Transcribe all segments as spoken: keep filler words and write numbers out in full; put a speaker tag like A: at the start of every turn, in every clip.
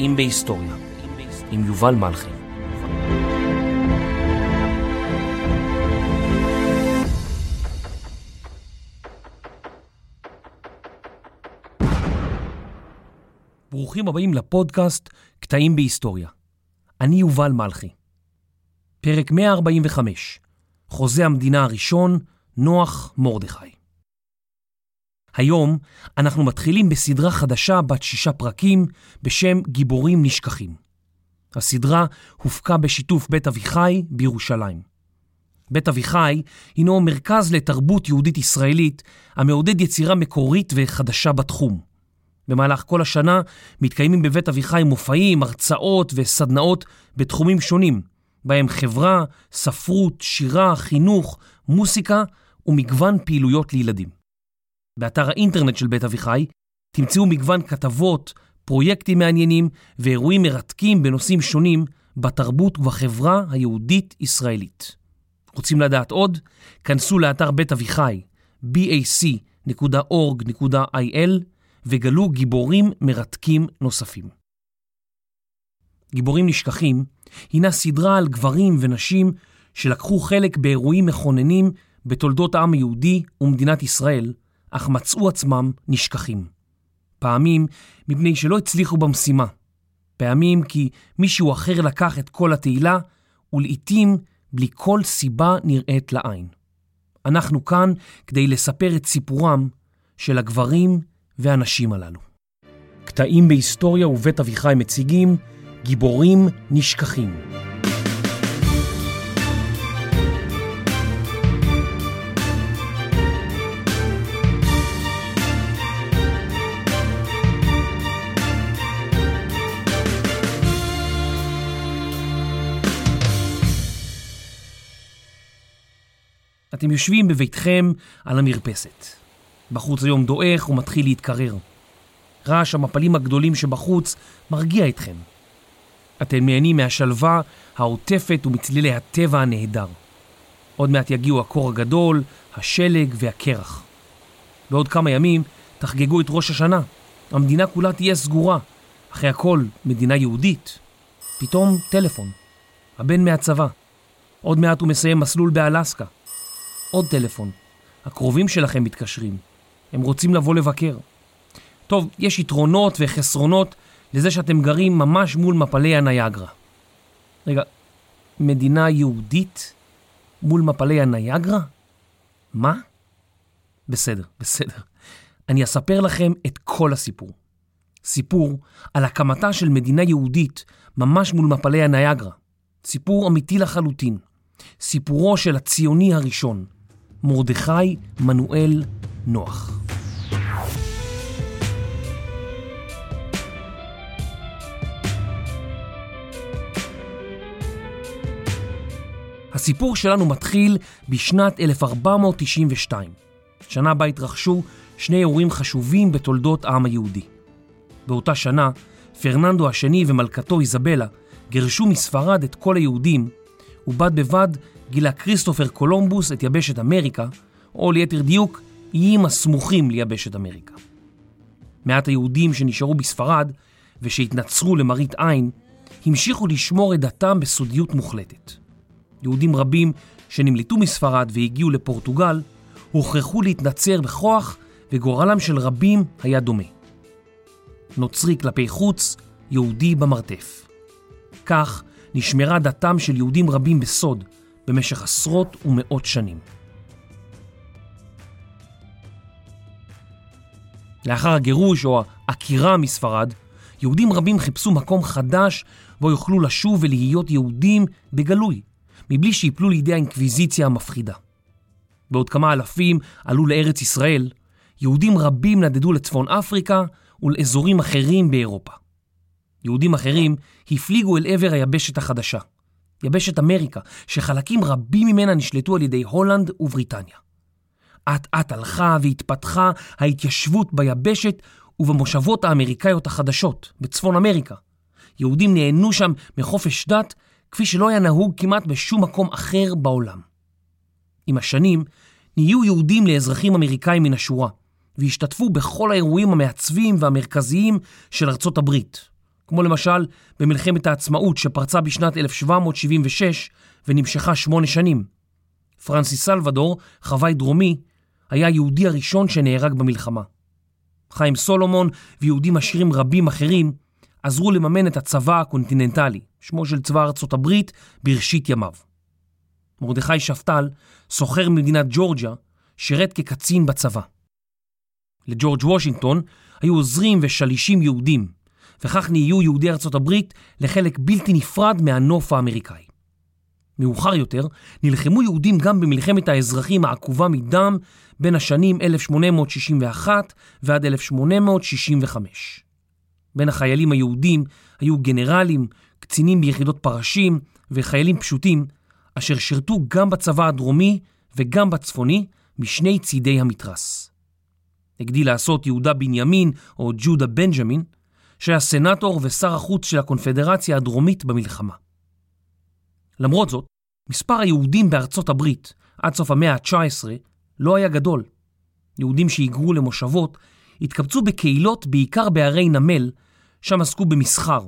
A: קטעים בהיסטוריה עם יובל מלכי. ברוכים הבאים לפודקאסט קטעים בהיסטוריה. אני יובל מלכי. פרק מאה ארבעים וחמש, חוזה המדינה הראשון, נוח מרדכי. היום אנחנו מתחילים בסדרה חדשה בת שישה פרקים בשם גיבורים נשכחים. הסדרה הופקה בשיתוף בית אביחי בירושלים. בית אביחי הינו מרכז לתרבות יהודית ישראלית המעודד יצירה מקורית וחדשה בתחום. במהלך כל השנה מתקיימים בבית אביחי מופעים, הרצאות וסדנאות בתחומים שונים, בהם חברה, ספרות, שירה, חינוך, מוסיקה ומגוון פעילויות לילדים. באתר האינטרנט של בית אביחי תמצאו מגוון כתבות, פרויקטים מעניינים ואירועים מרתקים בנושאים שונים בתרבות ובחברה היהודית-ישראלית. רוצים לדעת עוד? כנסו לאתר בית אביחי, בי איי סי נקודה אורג נקודה איי אל, וגלו גיבורים מרתקים נוספים. גיבורים נשכחים הינה סדרה על גברים ונשים שלקחו חלק באירועים מכוננים בתולדות העם היהודי ומדינת ישראל, אך מצאו עצמם נשכחים. פעמים מפני שלא הצליחו במשימה, פעמים כי מישהו אחר לקח את כל התהילה, ולעיתים בלי כל סיבה נראית לעין. אנחנו כאן כדי לספר את סיפורם של הגברים והנשים הללו. קטעים בהיסטוריה ובית אביחי מציגים גיבורים נשכחים. אתם יושבים בביתכם על המרפסת. בחוץ היום דועך ומתחיל להתקרר. רעש המפלים הגדולים שבחוץ מרגיע אתכם. אתם נהנים מהשלווה העוטפת ומצלילי הטבע הנהדר. עוד מעט יגיעו הקור הגדול, השלג והקרח. בעוד כמה ימים תחגגו את ראש השנה. המדינה כולה תהיה סגורה. אחרי הכל, מדינה יהודית. פתאום טלפון. הבן מהצבא. עוד מעט הוא מסיים מסלול באלסקה. עוד טלפון. הקרובים שלכם מתקשרים. הם רוצים לבוא לבקר. טוב, יש יתרונות וחסרונות לזה שאתם גרים ממש מול מפלי הניאגרה. רגע, מדינה יהודית מול מפלי הניאגרה? מה? בסדר, בסדר. אני אספר לכם את כל הסיפור. סיפור על הקמתה של מדינה יהודית ממש מול מפלי הניאגרה. סיפור אמיתי לחלוטין. סיפורו של הציוני הראשון, מרדכי מנואל נוח. הסיפור שלנו מתחיל בשנת אלף ארבע מאות תשעים ושתיים, שנה בה התרחשו שני אירועים חשובים בתולדות העם היהודי. באותה שנה, פרננדו השני ומלכתו איזבלה גרשו מספרד את כל היהודים, ובד בבד גילה כריסטופר קולומבוס את יבשת אמריקה, או ליתר דיוק, איים הסמוכים ליבשת אמריקה. מעט היהודים שנשארו בספרד ושהתנצרו למראית עין, המשיכו לשמור את דתם בסודיות מוחלטת. יהודים רבים שנמלטו מספרד והגיעו לפורטוגל, הוכרחו להתנצר בכוח, וגורלם של רבים היה דומה. נוצרי כלפי חוץ, יהודי במרתף. כך נשמרה דתם של יהודים רבים בסוד, במשך עשרות ומאות שנים. לאחר הגירוש או העקירה מספרד, יהודים רבים חיפשו מקום חדש בו יוכלו לשוב ולהיות יהודים בגלוי, מבלי שיפלו לידי האינקוויזיציה המפחידה. בעוד כמה אלפים עלו לארץ ישראל, יהודים רבים נדדו לצפון אפריקה ולאזורים אחרים באירופה. יהודים אחרים הפליגו אל עבר היבשת החדשה, יבשת אמריקה, שחלקים רבים ממנה נשלטו על ידי הולנד ובריטניה. עט עט הלכה והתפתחה ההתיישבות ביבשת ובמושבות האמריקאיות החדשות בצפון אמריקה. יהודים נהנו שם מחופש דת כפי שלא היה נהוג כמעט בשום מקום אחר בעולם. עם השנים נהיו יהודים לאזרחים אמריקאים מן השורה, והשתתפו בכל האירועים המעצבים והמרכזיים של ארצות הברית, כמו למשל במלחמת העצמאות שפרצה בשנת אלף שבע מאות שבעים ושש ונמשכה שמונה שנים. פרנסיס סלבדור, חוואי דרומי, היה היהודי הראשון שנהרג במלחמה. חיים סולומון ויהודים עשירים רבים אחרים עזרו לממן את הצבא הקונטיננטלי, שמו של צבא ארצות הברית, בראשית ימיו. מרדכי שפטל, סוחר ממדינת ג'ורג'יה, שירת כקצין בצבא. לג'ורג' וושינגטון היו עוזרים ושלישים יהודים, וכך נהיו יהודי ארצות הברית לחלק בלתי נפרד מהנוף האמריקאי. מאוחר יותר נלחמו יהודים גם במלחמת האזרחים העקובה מדם בין השנים אלף שמונה מאות שישים ואחת ועד אלף שמונה מאות שישים וחמש. בין החיילים היהודים היו גנרלים, קצינים ביחידות פרשים וחיילים פשוטים אשר שירתו גם בצבא הדרומי וגם בצפוני משני צידי המתרס. הגדיל לעשות יהודה בנימין או ג'ודה בנג'מין, שהיה סנטור ושר החוץ של הקונפדרציה הדרומית במלחמה. למרות זאת, מספר היהודים בארצות הברית עד סוף המאה ה-תשע עשרה לא היה גדול. יהודים שהיגרו למושבות התקבצו בקהילות בעיקר בערי נמל, שם עסקו במסחר.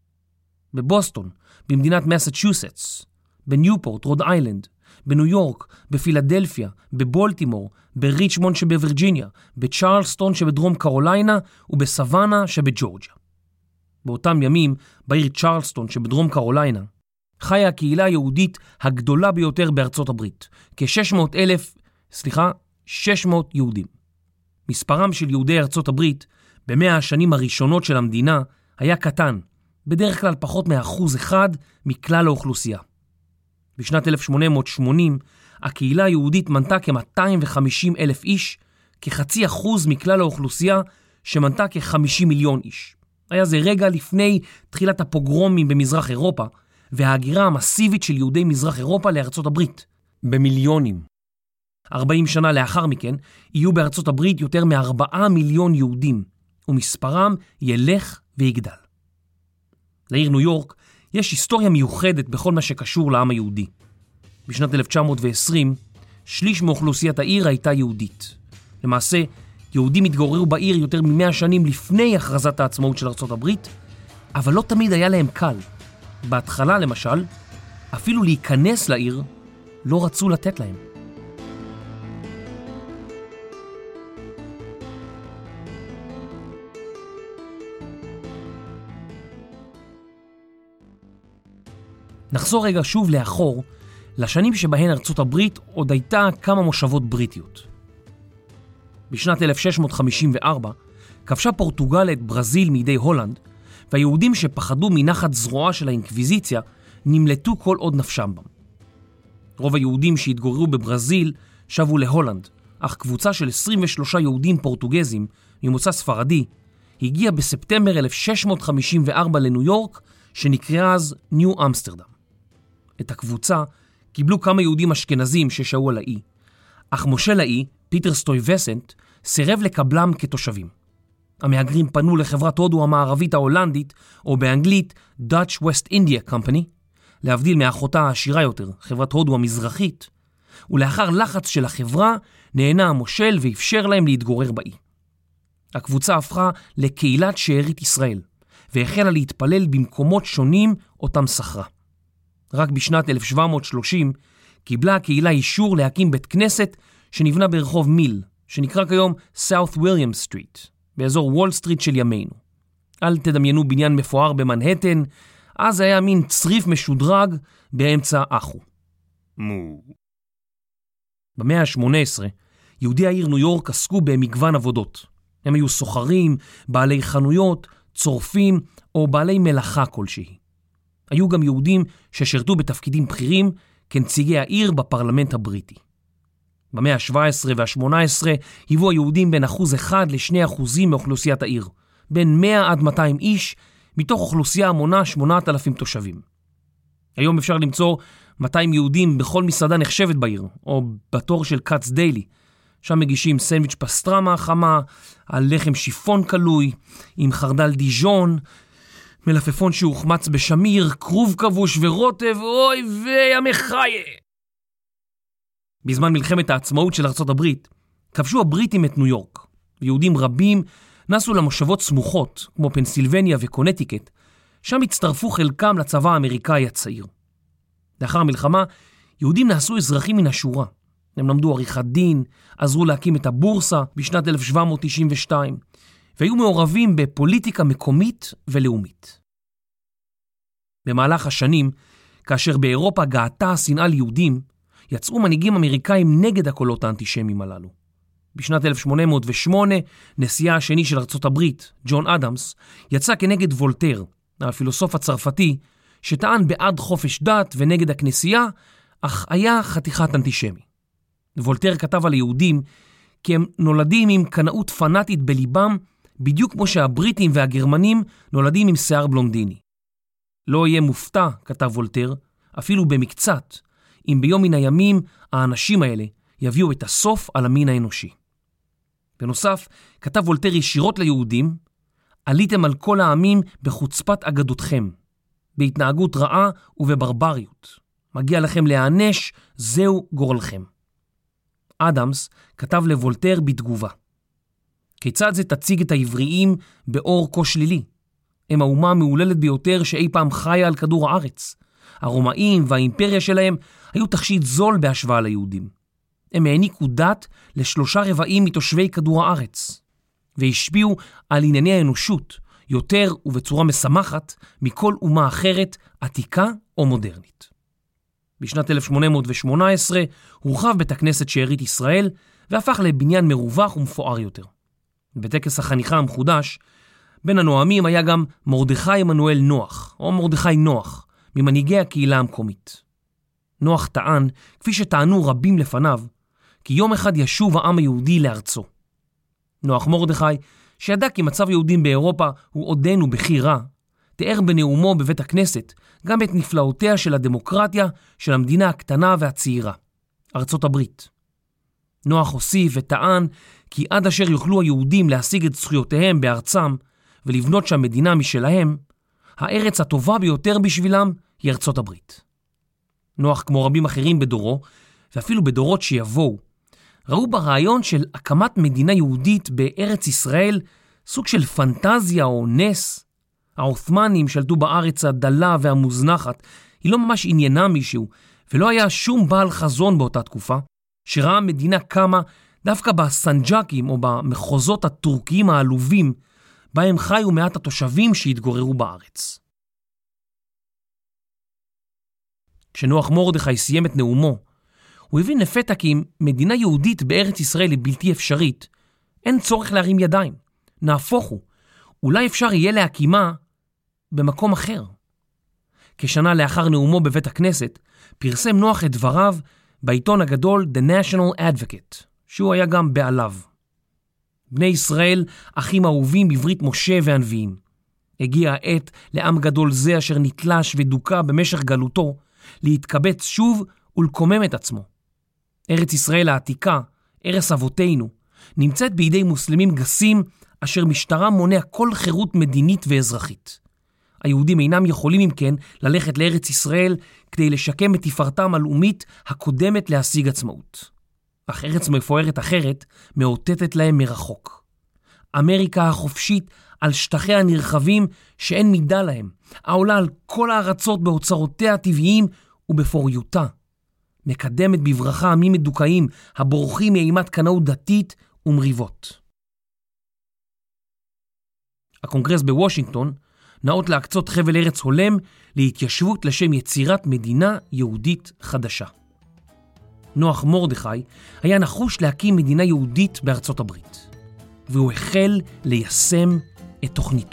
A: בבוסטון, במדינת מסצ'וסטס, בניופורט, רוד איילנד, בניו יורק, בפילדלפיה, בבולטימור, בריצ'מונד שבווירג'יניה, בצ'רלסטון שבדרום קרוליינה ובסוואנה שבג'ורג'יה. באותם ימים, בעיר צ'רלסטון שבדרום קרוליינה, חיה הקהילה היהודית הגדולה ביותר בארצות הברית, כ-שש מאות אלף, סליחה, שש מאות יהודים. מספרם של יהודי ארצות הברית במאה השנים הראשונות של המדינה היה קטן, בדרך כלל פחות מאחוז אחד מכלל האוכלוסייה. בשנת אלף שמונה מאות שמונים הקהילה היהודית מנתה כ-מאתיים וחמישים אלף איש, כחצי אחוז מכלל האוכלוסייה שמנתה כ-חמישים מיליון איש. היה זה רגע לפני תחילת הפוגרומים במזרח אירופה, וההגירה המסיבית של יהודי מזרח אירופה לארצות הברית, במיליונים. ארבעים שנה לאחר מכן יהיו בארצות הברית יותר מארבעה מיליון יהודים, ומספרם ילך ויגדל. לעיר ניו יורק יש היסטוריה מיוחדת בכל מה שקשור לעם היהודי. בשנת אלף תשע מאות ועשרים, שליש מאוכלוסיית העיר הייתה יהודית. למעשה, יהודים התגוררו בעיר יותר ממאה שנים לפני הכרזת העצמאות של ארצות הברית, אבל לא תמיד היה להם קל. בהתחלה, למשל, אפילו להיכנס לעיר לא רצו לתת להם. נחזור רגע שוב לאחור, לשנים שבהן ארצות הברית עוד הייתה כמה מושבות בריטיות. בשנת אלף שש מאות חמישים וארבע כבשה פורטוגל את ברזיל מידי הולנד, והיהודים שפחדו מנחת זרועה של האינקוויזיציה נמלטו כל עוד נפשם בם. רוב היהודים שהתגוררו בברזיל שבו להולנד, אך קבוצה של עשרים ושלושה יהודים פורטוגזים ממוצא ספרדי הגיעה בספטמבר אלף שש מאות חמישים וארבע לניו יורק, שנקראה אז ניו אמסטרדם. את הקבוצה קיבלו כמה יהודים אשכנזים ששהו על האי, אך מושל האי, פיטר סטויבסנט, סירב לקבלם כתושבים. המהגרים פנו לחברת הודו המערבית ההולנדית, או באנגלית Dutch West India Company, להבדיל מאחותה העשירה יותר, חברת הודו המזרחית, ולאחר לחץ של החברה נהנה המושל ואפשר להם להתגורר באי. הקבוצה הפכה לקהילת שארית ישראל, והחלה להתפלל במקומות שונים אותם שכרה. רק בשנת אלף שבע מאות שלושים קיבלה הקהילה אישור להקים בית כנסת שנבנה ברחוב מיל, שנקרא כיום South William Street, באזור וול סטריט של ימינו. אל תדמיינו בניין מפואר במנהטן, אז היה מין צריף משודרג באמצע אחו. מו. במאה ה-שמונה עשרה, יהודי העיר ניו יורק עסקו במגוון עבודות. הם היו סוחרים, בעלי חנויות, צורפים או בעלי מלאכה כלשהי. היו גם יהודים ששירתו בתפקידים בכירים כנציגי העיר בפרלמנט הבריטי. במאה ה-שבע עשרה וה-שמונה עשרה היוו היהודים בין אחוז אחד לשני אחוזים מאוכלוסיית העיר, בין מאה עד מאתיים איש, מתוך אוכלוסייה המונה שמונת אלפים תושבים. היום אפשר למצוא מאתיים יהודים בכל מסעדה נחשבת בעיר, או בתור של קאץ דיילי. שם מגישים סנדוויץ' פסטרמה חמה, על לחם שיפון קלוי, עם חרדל דיז'ון, מלפפון שהוחמץ בשמיר, כרוב כבוש ורוטב, אוי וימי חיי. בזמן מלחמת העצמאות של ארצות הברית, כבשו הבריטים את ניו יורק, ויהודים רבים נסו למושבות סמוכות, כמו פנסילבניה וקונטיקט, שם הצטרפו חלקם לצבא האמריקאי הצעיר. לאחר המלחמה, יהודים נעשו אזרחים מן השורה. הם למדו עריכת דין, עזרו להקים את הבורסה בשנת אלף שבע מאות תשעים ושתיים, והיו מעורבים בפוליטיקה מקומית ולאומית. במהלך השנים, כאשר באירופה גאתה השנאה ליהודים, יצאו מנהיגים אמריקאים נגד הקולות האנטישמיים הללו. בשנת אלף שמונה מאות ושמונה, נשיאה השני של ארצות הברית, ג'ון אדמס, יצא כנגד וולטר, הפילוסוף הצרפתי, שטען בעד חופש דת ונגד הכנסייה, אך היה חתיכת אנטישמי. וולטר כתב על יהודים כי הם נולדים עם קנאות פנאטית בליבם, בדיוק כמו שהבריטים והגרמנים נולדים עם שיער בלונדיני. לא יהיה מופתע, כתב וולטר, אפילו במקצת, אם ביום מן הימים האנשים האלה יביאו את הסוף על המין האנושי. בנוסף, כתב וולטר ישירות ליהודים, עליתם על כל העמים בחוצפת אגדותכם, בהתנהגות רעה ובברבריות. מגיע לכם להיענש, זהו גורלכם. אדמס כתב לוולטר בתגובה. כיצד זה תציג את העבריים באור כה שלילי? הם האומה המעוללת ביותר שאי פעם חיה על כדור הארץ. הרומאים והאימפריה שלהם היו תכשיט זול בהשוואה ליהודים. הם העניקו דת לשלושה רבעים מתושבי כדור הארץ, והשפיעו על ענייני האנושות יותר ובצורה משמחת מכל אומה אחרת, עתיקה או מודרנית. בשנת אלף שמונה מאות ושמונה עשרה הורחב בית הכנסת שארית ישראל והפך לבניין מרווח ומפואר יותר. בטקס החניכה המחודש, בין הנואמים היה גם מרדכי עמנואל נוח, או מרדכי נוח, ממנהיגי הקהילה המקומית. נוח טען, כפי שטענו רבים לפניו, כי יום אחד ישוב העם היהודי לארצו. נוח מרדכי, שידע כי מצב יהודים באירופה הוא עודנו בכי רע, תיאר בנאומו בבית הכנסת גם את נפלאותיה של הדמוקרטיה של המדינה הקטנה והצעירה, ארצות הברית. נוח הוסיף וטען כי עד אשר יוכלו היהודים להשיג את זכויותיהם בארצם ולבנות שם מדינה משלהם, הארץ הטובה ביותר בשבילם היא ארצות הברית. נוח, כמו רבים אחרים בדורו, ואפילו בדורות שיבואו, ראו ברעיון של הקמת מדינה יהודית בארץ ישראל סוג של פנטזיה או נס. העות'מאנים שלטו בארץ הדלה והמוזנחת, היא לא ממש עניינה מישהו, ולא היה שום בעל חזון באותה תקופה, שראה המדינה קמה דווקא בסנג'קים או במחוזות הטורקיים העלובים, בהם חיו מעט התושבים שהתגוררו בארץ. כשנוח מרדכי סיים את נאומו, הוא הבין לפתע כי אם מדינה יהודית בארץ ישראל היא בלתי אפשרית, אין צורך להרים ידיים. נהפוך הוא, אולי אפשר יהיה להקימה במקום אחר. כשנה לאחר נאומו בבית הכנסת, פרסם נוח את דבריו בעיתון הגדול The National Advocate, שהוא היה גם בעליו. בני ישראל, אחים אהובים בברית משה והנביאים. הגיע העת לעם גדול זה אשר נתלש ודוקה במשך גלותו, להתקבץ שוב ולקומם את עצמו. ארץ ישראל העתיקה, ערש אבותינו, נמצאת בידי מוסלמים גסים אשר משטרה מונע כל חירות מדינית ואזרחית. היהודים אינם יכולים אם כן ללכת לארץ ישראל כדי לשקם את תפארתם הלאומית הקודמת להשיג עצמאות. אך ארץ מפוארת אחרת מאותתת להם מרחוק. אמריקה החופשית על שטחיה הנרחבים שאין מידה להם, העולה על כל הארצות באוצרותיה הטבעיים ובפוריותה. מקדמת בברכה עמים מדוכאים הבורחים מאימת קנאות דתית ומריבות. הקונגרס בוושינגטון נאות להקצות חבל ארץ הולם להתיישבות לשם יצירת מדינה יהודית חדשה. נוח מרדכי היה נחוש להקים מדינה יהודית בארצות הברית, והוא החל ליישם את תוכניתו.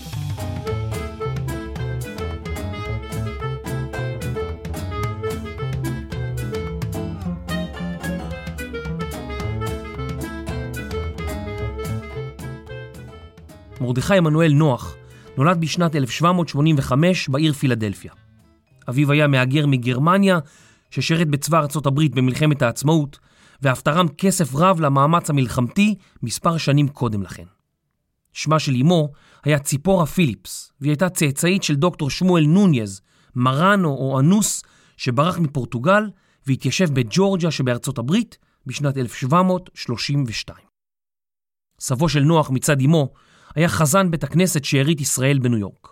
A: מרדכי עמנואל נוח נולד בשנת אלף שבע מאות שמונים וחמש בעיר פילדלפיה. אביו היה מהגר מגרמניה ששירת בצבא ארצות הברית במלחמת העצמאות, ואף תרם כסף רב למאמץ המלחמתי מספר שנים קודם לכן. שמה של אמו היה ציפורה פיליפס, והיא הייתה צאצאית של דוקטור שמואל נוניז, מרנו או אנוס, שברח מפורטוגל והתיישב בג'ורג'יה שבארצות הברית בשנת אלף שבע מאות שלושים ושתיים. סבו של נוח מצד אמו היה חזן בית הכנסת שארית ישראל בניו יורק.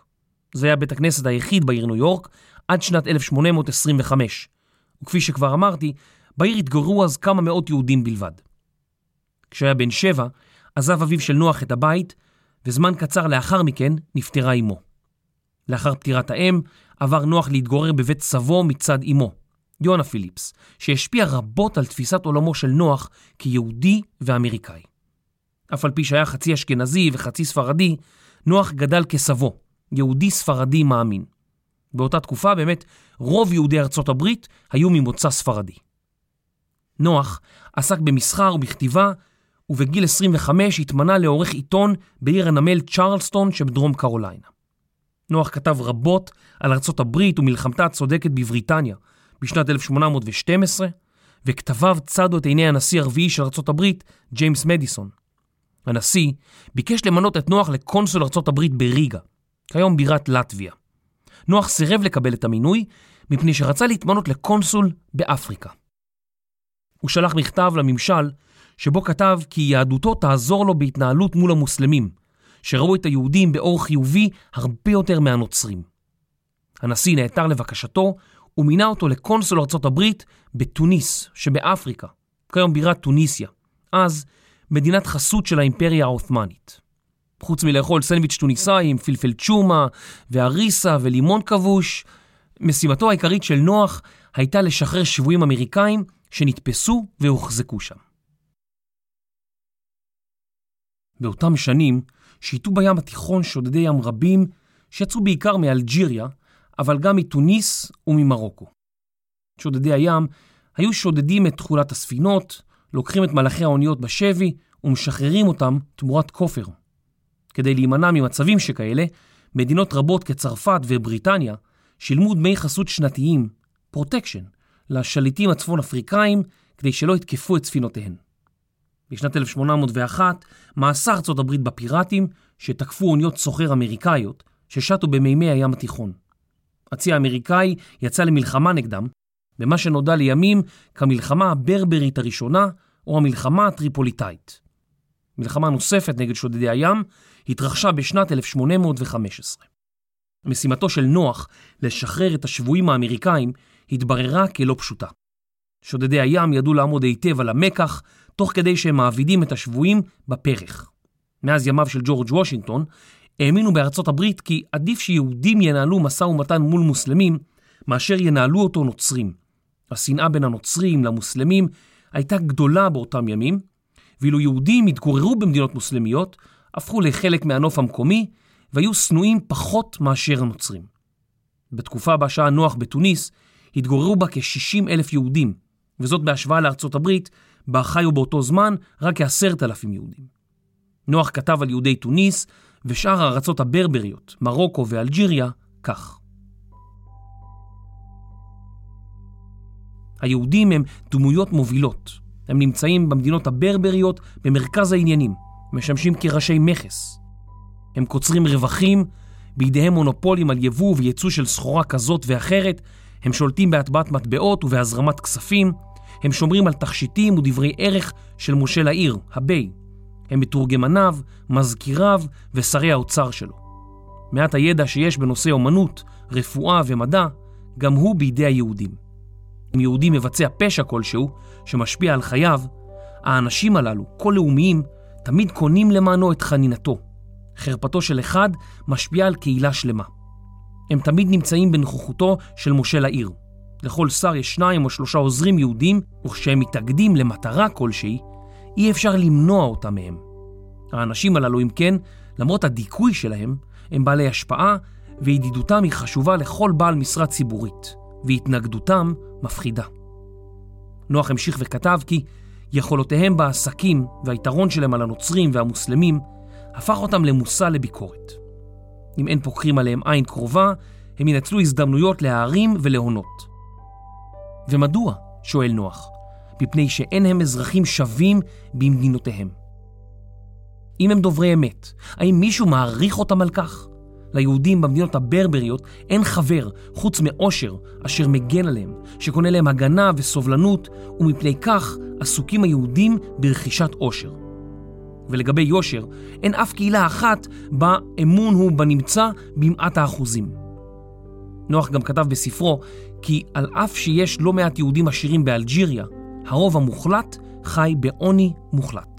A: זה היה בית הכנסת היחיד בעיר ניו יורק עד שנת אלף שמונה מאות עשרים וחמש. וכפי שכבר אמרתי, בעיר התגוררו אז כמה מאות יהודים בלבד. כשהיה בן שבע, עזב אביו של נוח את הבית, וזמן קצר לאחר מכן נפטרה אמו. לאחר פטירת האם, עבר נוח להתגורר בבית סבו מצד אמו, יונה פיליפס, שהשפיע רבות על תפיסת עולמו של נוח כיהודי ואמריקאי. אף על פי שהיה חצי אשכנזי וחצי ספרדי, נוח גדל כסבו, יהודי ספרדי מאמין. באותה תקופה באמת רוב יהודי ארצות הברית היו ממוצא ספרדי. נוח עסק במסחר ובכתיבה, ובגיל עשרים וחמש התמנה לעורך עיתון בעיר הנמל צ'רלסטון שבדרום קרוליינה. נוח כתב רבות על ארצות הברית ומלחמתה הצודקת בבריטניה בשנת אלף שמונה מאות ושתים עשרה, וכתביו צדו את עיני הנשיא הרביעי של ארצות הברית, ג'יימס מדיסון. הנשיא ביקש למנות את נוח לקונסול ארצות הברית בריגה, כיום בירת לטביה. נוח סירב לקבל את המינוי מפני שרצה להתמנות לקונסול באפריקה. הוא שלח מכתב לממשל שבו כתב כי יהדותו תעזור לו בהתנהלות מול המוסלמים, שראו את היהודים באור חיובי הרבה יותר מהנוצרים. הנשיא נעתר לבקשתו ומינה אותו לקונסול ארצות הברית בתוניס שבאפריקה, כיום בירת טוניסיה, אז מדינת חסות של האימפריה העות'מאנית. חוץ מלאכול סנדוויץ' טוניסאי עם פלפל צ'ומה ואריסה ולימון כבוש, משימתו העיקרית של נוח הייתה לשחרר שבויים אמריקאים שנתפסו והוחזקו שם. באותם שנים שיטו בים התיכון שודדי ים רבים שיצאו בעיקר מאלג'יריה, אבל גם מתוניס וממרוקו. שודדי הים היו שודדים את תכולת הספינות, לוקחים את מלאכי האוניות בשבי ומשחררים אותם תמורת כופר. כדי להימנע ממצבים שכאלה, מדינות רבות כצרפת ובריטניה שילמו דמי חסות שנתיים, פרוטקשן, לשליטים הצפון אפריקאים כדי שלא יתקפו את ספינותיהן. בשנת אלף שמונה מאות ואחת מאסר ארצות הברית בפיראטים שתקפו אוניות סוחר אמריקאיות ששטו במימי הים התיכון. הצי האמריקאי יצא למלחמה נגדם, במה שנודע לימים כמלחמה הברברית הראשונה או המלחמה הטריפוליטאית. מלחמה נוספת נגד שודדי הים התרחשה בשנת אלף שמונה מאות וחמש עשרה. משימתו של נוח לשחרר את השבויים האמריקאים התבררה כלא פשוטה. שודדי הים ידעו לעמוד היטב על המקח, תוך כדי שהם מעבידים את השבויים בפרח. מאז ימיו של ג'ורג' וושינגטון, האמינו בארצות הברית כי עדיף שיהודים ינהלו משא ומתן מול מוסלמים, מאשר ינהלו אותו נוצרים. השנאה בין הנוצרים למוסלמים הייתה גדולה באותם ימים, ואילו יהודים התגוררו במדינות מוסלמיות, הפכו לחלק מהנוף המקומי, והיו שנואים פחות מאשר הנוצרים. בתקופה בה שעה נוח בתוניס, התגוררו בה כ-שישים אלף יהודים, וזאת בהשוואה לארצות הברית, בה חיו באותו זמן רק כ-עשרת אלפים יהודים. נוח כתב על יהודי תוניס ושאר הארצות הברבריות, מרוקו ואלג'יריה, כך. היהודים הם דמויות מובילות. הם נמצאים במדינות הברבריות במרכז העניינים, משמשים כראשי מכס. הם קוצרים רווחים, בידיהם מונופולים על יבוא וייצוא של סחורה כזאת ואחרת, הם שולטים בהטבעת מטבעות ובהזרמת כספים, הם שומרים על תכשיטים ודברי ערך של מושל העיר, הבי. הם מתורגמניו, מזכיריו ושרי האוצר שלו. מעט הידע שיש בנושא אומנות, רפואה ומדע, גם הוא בידי היהודים. אם יהודי מבצע פשע כלשהו שמשפיע על חייו, האנשים הללו, כל לאומיים, תמיד קונים למענו את חנינתו. חרפתו של אחד משפיעה על קהילה שלמה. הם תמיד נמצאים בנוכחותו של מושל העיר. לכל שר יש שניים או שלושה עוזרים יהודים, וכשהם מתאגדים למטרה כלשהי, אי אפשר למנוע אותם מהם. האנשים הללו, אם כן, למרות הדיכוי שלהם, הם בעלי השפעה, וידידותם היא חשובה לכל בעל משרה ציבורית, והתנגדותם מפחידה. נוח המשיך וכתב כי יכולותיהם בעסקים והיתרון שלהם על הנוצרים והמוסלמים הפך אותם למושא לביקורת. אם אין פוקחים עליהם עין קרובה, הם ינצלו הזדמנויות להערים ולהונות. ומדוע? שואל נוח. מפני שאין הם אזרחים שווים במדינותיהם. אם הם דוברי אמת, האם מישהו מעריך אותם על כך? ליהודים במדינות הברבריות אין חבר חוץ מאושר אשר מגן עליהם, שקונה להם הגנה וסובלנות, ומפני כך עסוקים היהודים ברכישת אושר. ולגבי יושר, אין אף קהילה אחת בה אמון הוא בנמצא במעט האחוזים. נוח גם כתב בספרו כי על אף שיש לא מעט יהודים עשירים באלג'יריה, הרוב המוחלט חי בעוני מוחלט.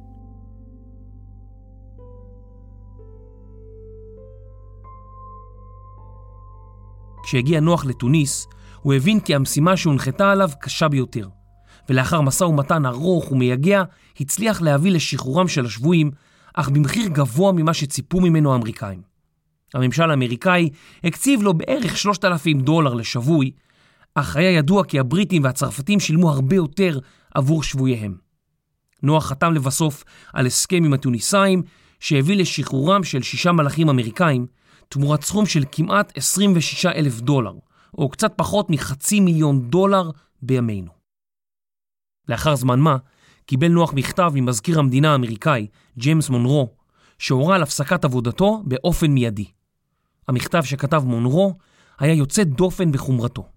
A: כשהגיע נוח לתוניס, הוא הבין כי המשימה שהונחתה עליו קשה ביותר, ולאחר מסע ומתן ארוך ומייגע, הצליח להביא לשחרורם של השבויים, אך במחיר גבוה ממה שציפו ממנו האמריקאים. הממשל האמריקאי הקציב לו בערך שלושת אלפים דולר לשבוי, אך היה ידוע כי הבריטים והצרפתים שילמו הרבה יותר עבור שבוייהם. נוח חתם לבסוף על הסכם עם התוניסאים, שהביא לשחרורם של שישה מלאכים אמריקאים, תמורת סכום של כמעט עשרים ושישה אלף דולר, או קצת פחות מחצי מיליון דולר בימינו. לאחר זמן מה, קיבל נוח מכתב ממזכיר המדינה האמריקאי, ג'יימס מונרו, שהורה על הפסקת עבודתו באופן מיידי. המכתב שכתב מונרו היה יוצא דופן בחומרתו.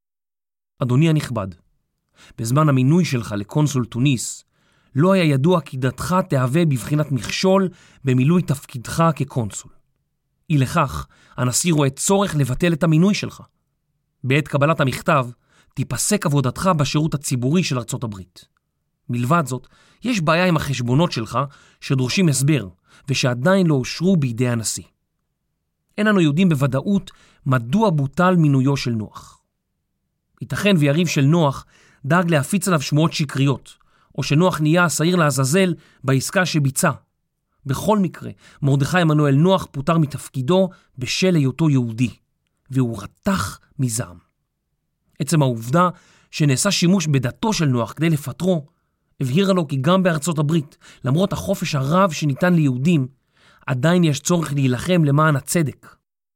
A: אדוני הנכבד, בזמן המינוי שלך לקונסול תוניס, לא היה ידוע כי דתך תהווה בבחינת מכשול במילוי תפקידך כקונסול. אי לכך, הנשיא רואה צורך לבטל את המינוי שלך. בעת קבלת המכתב, תיפסק עבודתך בשירות הציבורי של ארצות הברית. מלבד זאת, יש בעיה עם החשבונות שלך שדורשים הסבר, ושעדיין לא אושרו בידי הנשיא. אין לנו יודעים בוודאות מדוע בוטל מינויו של נוח. ייתכן ויריב של נוח דאג להפיץ עליו שמועות שקריות, או שנוח נהיה שעיר לעזאזל בעסקה שביצע. בכל מקרה, מרדכי עמנואל נוח פוטר מתפקידו בשל היותו יהודי, והוא רתח מזעם. עצם העובדה שנעשה שימוש בדתו של נוח כדי לפטרו, הבהירה לו כי גם בארצות הברית, למרות החופש הרב שניתן ליהודים, עדיין יש צורך להילחם למען הצדק,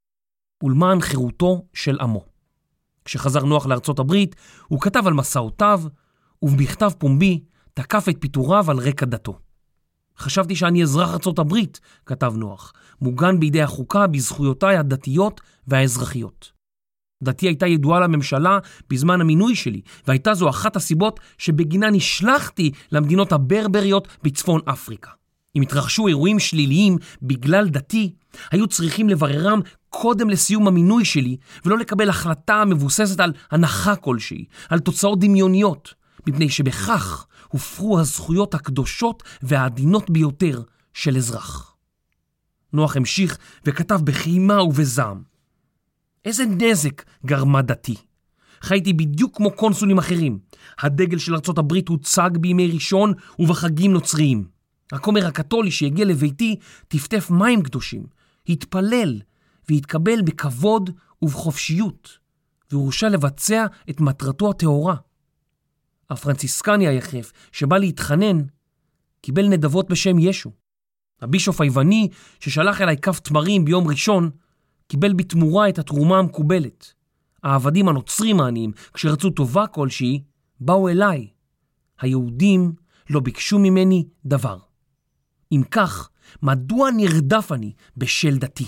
A: ולמען חירותו של עמו. כשחזר נוח לארצות הברית, הוא כתב על מסעותיו, ובמכתב פומבי תקף את פיטוריו על רקע דתו. חשבתי שאני אזרח ארצות הברית, כתב נוח, מוגן בידי החוקה בזכויותיי הדתיות והאזרחיות. דתי הייתה ידועה לממשלה בזמן המינוי שלי, והייתה זו אחת הסיבות שבגינה נשלחתי למדינות הברבריות בצפון אפריקה. אם התרחשו אירועים שליליים בגלל דתי, היו צריכים לבררם קודם לסיום המינוי שלי, ולא לקבל החלטה מבוססת על הנחה כלשהי, על תוצאות דמיוניות, מפני שבכך הופרו הזכויות הקדושות והעדינות ביותר של אזרח. נוח המשיך וכתב בחימה ובזעם. איזה נזק גרמה דתי. חייתי בדיוק כמו קונסולים אחרים. הדגל של ארצות הברית הוצג בימי ראשון ובחגים נוצריים. הכומר הקתולי שהגיע לביתי טפטף מים קדושים, התפלל והתקבל בכבוד ובחופשיות, והורשה לבצע את מטרתו הטהורה. הפרנציסקני היחף שבא להתחנן קיבל נדבות בשם ישו. הבישוף היווני ששלח אליי כף תמרים ביום ראשון קיבל בתמורה את התרומה המקובלת. העבדים הנוצרים העניים, כשרצו טובה כלשהי, באו אליי. היהודים לא ביקשו ממני דבר. אם כך, מדוע נרדף אני בשל דתי?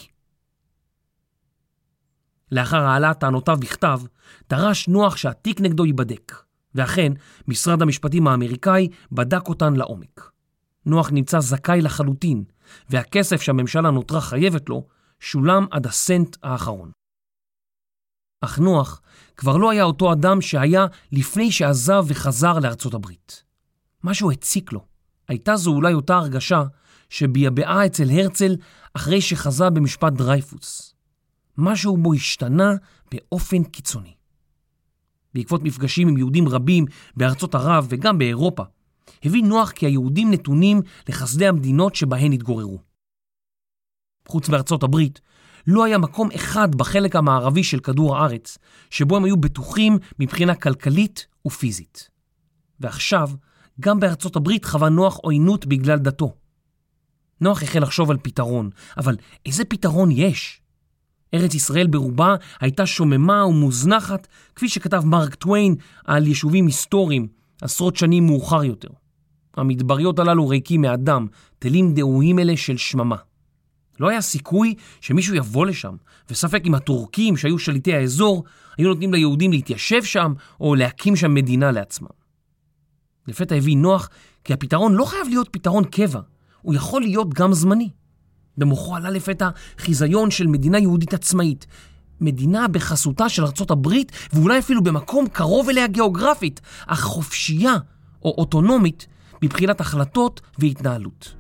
A: לאחר העלאת טענותיו בכתב, דרש נוח שהתיק נגדו ייבדק, ואכן, משרד המשפטים האמריקאי בדק אותן לעומק. נוח נמצא זכאי לחלוטין, והכסף שהממשלה נותרה חייבת לו, שולם עד הסנט האחרון. אך נוח כבר לא היה אותו אדם שהיה לפני שעזב וחזר לארצות הברית. משהו הציק לו. הייתה זו אולי אותה הרגשה שביבעה אצל הרצל אחרי שחזה במשפט דרייפוס. משהו בו השתנה באופן קיצוני. בעקבות מפגשים עם יהודים רבים בארצות ערב וגם באירופה, הבין נוח כי היהודים נתונים לחסדי המדינות שבהן התגוררו. חוץ מארצות הברית, לא היה מקום אחד בחלק המערבי של כדור הארץ, שבו הם היו בטוחים מבחינה כלכלית ופיזית. ועכשיו, גם בארצות הברית חווה נוח עוינות בגלל דתו. נוח החל לחשוב על פתרון, אבל איזה פתרון יש? ארץ ישראל ברובה הייתה שוממה ומוזנחת, כפי שכתב מרק טוויין על יישובים היסטוריים עשרות שנים מאוחר יותר. המדבריות הללו ריקים מאדם, תלים דהויים אלה של שממה. לא היה סיכוי שמישהו יבוא לשם, וספק אם הטורקים שהיו שליטי האזור היו נותנים ליהודים להתיישב שם או להקים שם מדינה לעצמם. לפתע הבין נוח כי הפתרון לא חייב להיות פתרון קבע, הוא יכול להיות גם זמני. במוחו עלה לפתע חיזיון של מדינה יהודית עצמאית, מדינה בחסותה של ארצות הברית, ואולי אפילו במקום קרוב אליה גיאוגרפית, אך חופשייה או אוטונומית מבחינת החלטות והתנהלות.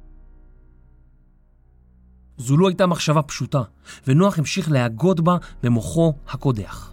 A: זו לא הייתה מחשבה פשוטה, ונוח המשיך להגות בה במוחו הקודח.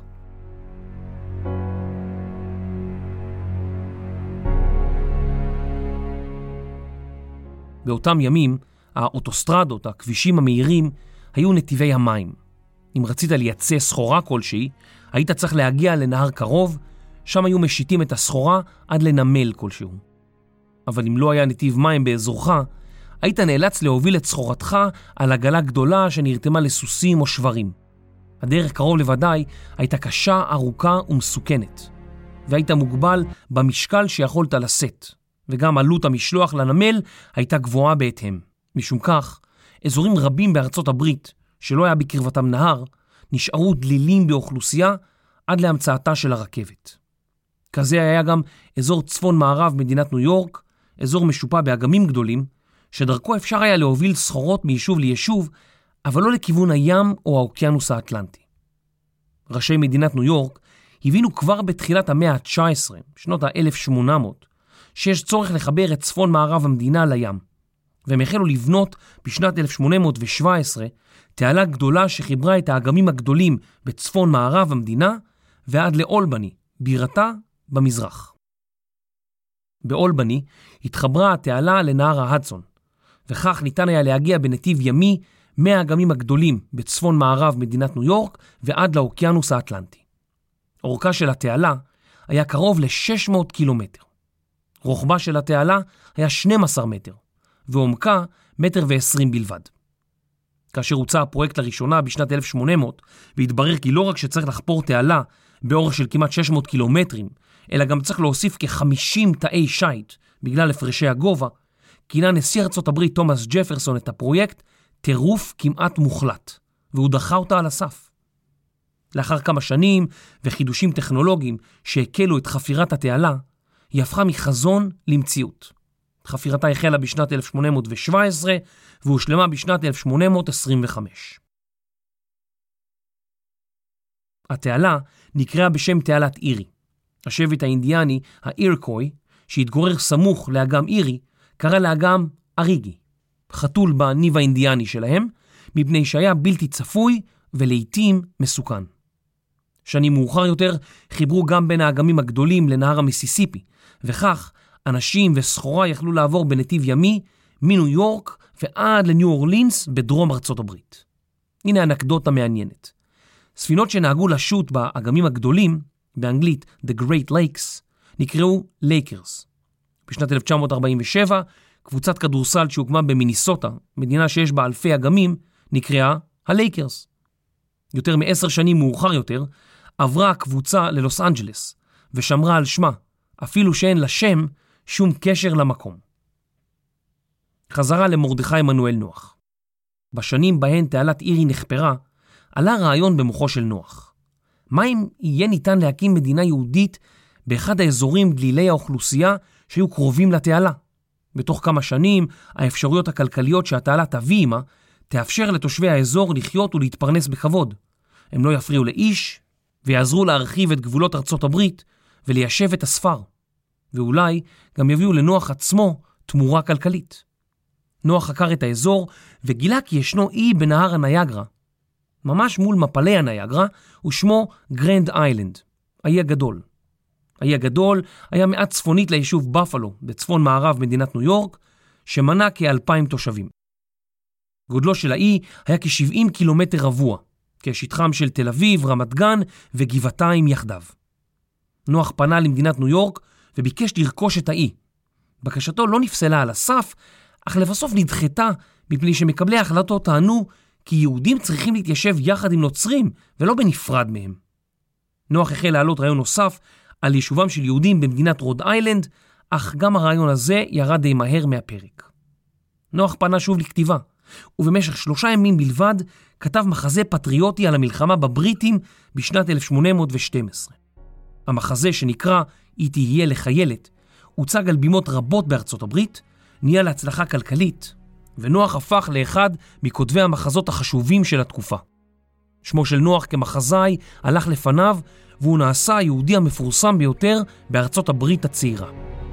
A: באותם ימים, האוטוסטרדות, הכבישים המהירים, היו נתיבי המים. אם רצית לייצא סחורה כלשהי, היית צריך להגיע לנהר קרוב, שם היו משיטים את הסחורה עד לנמל כלשהו. אבל אם לא היה נתיב מים באזורך, היית נאלץ להוביל את סחורתך על עגלה גדולה שנרתמה לסוסים או שברים. הדרך קרוב לוודאי הייתה קשה, ארוכה ומסוכנת, והיית מוגבל במשקל שיכולת לשאת, וגם עלות המשלוח לנמל הייתה גבוהה בהתאם. משום כך, אזורים רבים בארצות הברית, שלא היה בקרבתם נהר, נשארו דלילים באוכלוסייה עד להמצאתה של הרכבת. כזה היה גם אזור צפון מערב מדינת ניו יורק, אזור משופע באגמים גדולים, שדרכו אפשר היה להוביל סחורות מיישוב ליישוב, אבל לא לכיוון הים או האוקיינוס האטלנטי. ראשי מדינת ניו יורק הבינו כבר בתחילת המאה ה-תשע עשרה, שנות ה-אלף ושמונה מאות, שיש צורך לחבר את צפון מערב המדינה לים, והם החלו לבנות בשנת אלף שמונה מאות שבע עשרה תעלה גדולה שחיברה את האגמים הגדולים בצפון מערב המדינה ועד לאולבני, בירתה במזרח. באולבני התחברה התעלה לנהר ההדסון, וכך ניתן היה להגיע בנתיב ימי מהאגמים הגדולים בצפון מערב מדינת ניו יורק ועד לאוקיינוס האטלנטי. אורכה של התעלה היה קרוב ל-שש מאות קילומטר. רוחבה של התעלה היה שנים עשר מטר, ועומקה מטר ועשרים בלבד. כאשר הוצא הפרויקט לראשונה בשנת אלף ושמונה מאות, והתברר כי לא רק שצריך לחפור תעלה באורך של כמעט שש מאות קילומטרים, אלא גם צריך להוסיף כ-חמישים תאי שייט בגלל הפרשי הגובה, כינה נשיא ארצות הברית תומאס ג'פרסון את הפרויקט טירוף כמעט מוחלט, והוא דחה אותה על הסף. לאחר כמה שנים וחידושים טכנולוגיים שהקלו את חפירת התעלה, היא הפכה מחזון למציאות. חפירתה החלה בשנת אלף שמונה מאות שבע עשרה והושלמה בשנת אלף שמונה מאות עשרים וחמש. התעלה נקראה בשם תעלת אירי. השבט האינדיאני, האירקוי, שהתגורר סמוך לאגם אירי, קרא לאגם אריגי, חתול בניב האינדיאני שלהם, מפני שהיה בלתי צפוי ולעיתים מסוכן. שנים מאוחר יותר חיברו גם בין האגמים הגדולים לנהר המיסיסיפי, וכך אנשים וסחורה יכלו לעבור בנתיב ימי מניו יורק ועד לניו אורלינס בדרום ארצות הברית. הנה אנקדוטה מעניינת. ספינות שנהגו לשוט באגמים הגדולים, באנגלית The Great Lakes, נקראו לייקרס. בשנת אלף תשע מאות ארבעים ושבע, קבוצת כדורסל שהוקמה במיניסוטה, מדינה שיש בה אלפי אגמים, נקראה הלייקרס. יותר מעשר שנים מאוחר יותר, עברה הקבוצה ללוס אנג'לס, ושמרה על שמה, אפילו שאין לה שם שום קשר למקום. חזרה למרדכי עמנואל נוח. בשנים בהן תעלת אירי נחפרה, עלה רעיון במוחו של נוח. מה אם יהיה ניתן להקים מדינה יהודית באחד האזורים דלילי האוכלוסייה שהיו קרובים לתעלה? בתוך כמה שנים, האפשרויות הכלכליות שהתעלה תביא עמה, תאפשר לתושבי האזור לחיות ולהתפרנס בכבוד. הם לא יפריעו לאיש, ויעזרו להרחיב את גבולות ארצות הברית, וליישב את הספר. ואולי גם יביאו לנוח עצמו תמורה כלכלית. נוח חקר את האזור, וגילה כי ישנו אי בנהר הניאגרה. ממש מול מפלי הניאגרה, ושמו גרנד איילנד, האי הגדול. האי הגדול היה מעט צפונית ליישוב בפלו, בצפון מערב מדינת ניו יורק, שמנה כאלפיים תושבים. גודלו של האי היה כ-שבעים קילומטר רבוע, כשטחם של תל אביב, רמת גן וגבעתיים יחדיו. נוח פנה למדינת ניו יורק וביקש לרכוש את האי. בקשתו לא נפסלה על הסף, אך לבסוף נדחתה מפני שמקבלי ההחלטות טענו כי יהודים צריכים להתיישב יחד עם נוצרים ולא בנפרד מהם. נוח החל להעלות רעיון נוסף על יישובם של יהודים במדינת רוד איילנד, אך גם הרעיון הזה ירד די מהר מהפרק. נוח פנה שוב לכתיבה, ובמשך שלושה ימים בלבד כתב מחזה פטריוטי על המלחמה בבריטים בשנת אלף שמונה מאות ושתים עשרה. המחזה שנקרא "היא תהיה לחיילת" הוצג על בימות רבות בארצות הברית, נהיה להצלחה כלכלית, ונוח הפך לאחד מכותבי המחזות החשובים של התקופה. שמו של נוח כמחזאי הלך לפניו, והוא נעשה היהודי המפורסם ביותר בארצות הברית הצעירה.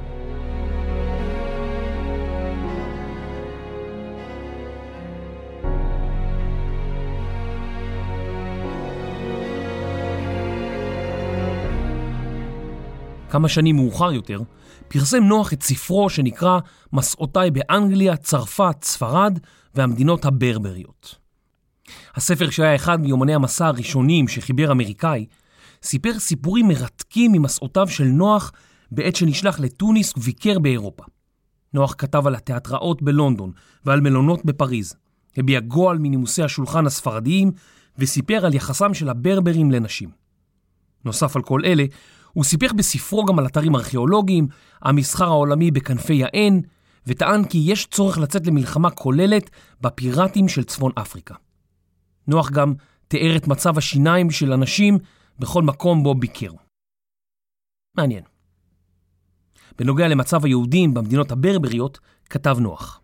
A: כמה שנים מאוחר יותר, פרסם נוח את ספרו שנקרא מסעותיי באנגליה, צרפת, ספרד והמדינות הברבריות. הספר שהיה אחד מיומני המסע הראשונים שחיבר אמריקאי, סיפר סיפורים מרתקים ממסעותיו של נוח בעת שנשלח לטוניס וביקר באירופה. נוח כתב על התיאטראות בלונדון ועל מלונות בפריז, הביע גועל מנימוסי השולחן הספרדיים וסיפר על יחסם של הברברים לנשים. נוסף על כל אלה, הוא סיפר בספרו גם על אתרים ארכיאולוגיים, המסחר העולמי בכנפי העין, וטען כי יש צורך לצאת למלחמה כוללת בפיראטים של צפון אפריקה. נוח גם תיאר את מצב השיניים של אנשים בכל מקום בו ביקר. מעניין. בנוגע למצב היהודים במדינות הברבריות, כתב נוח.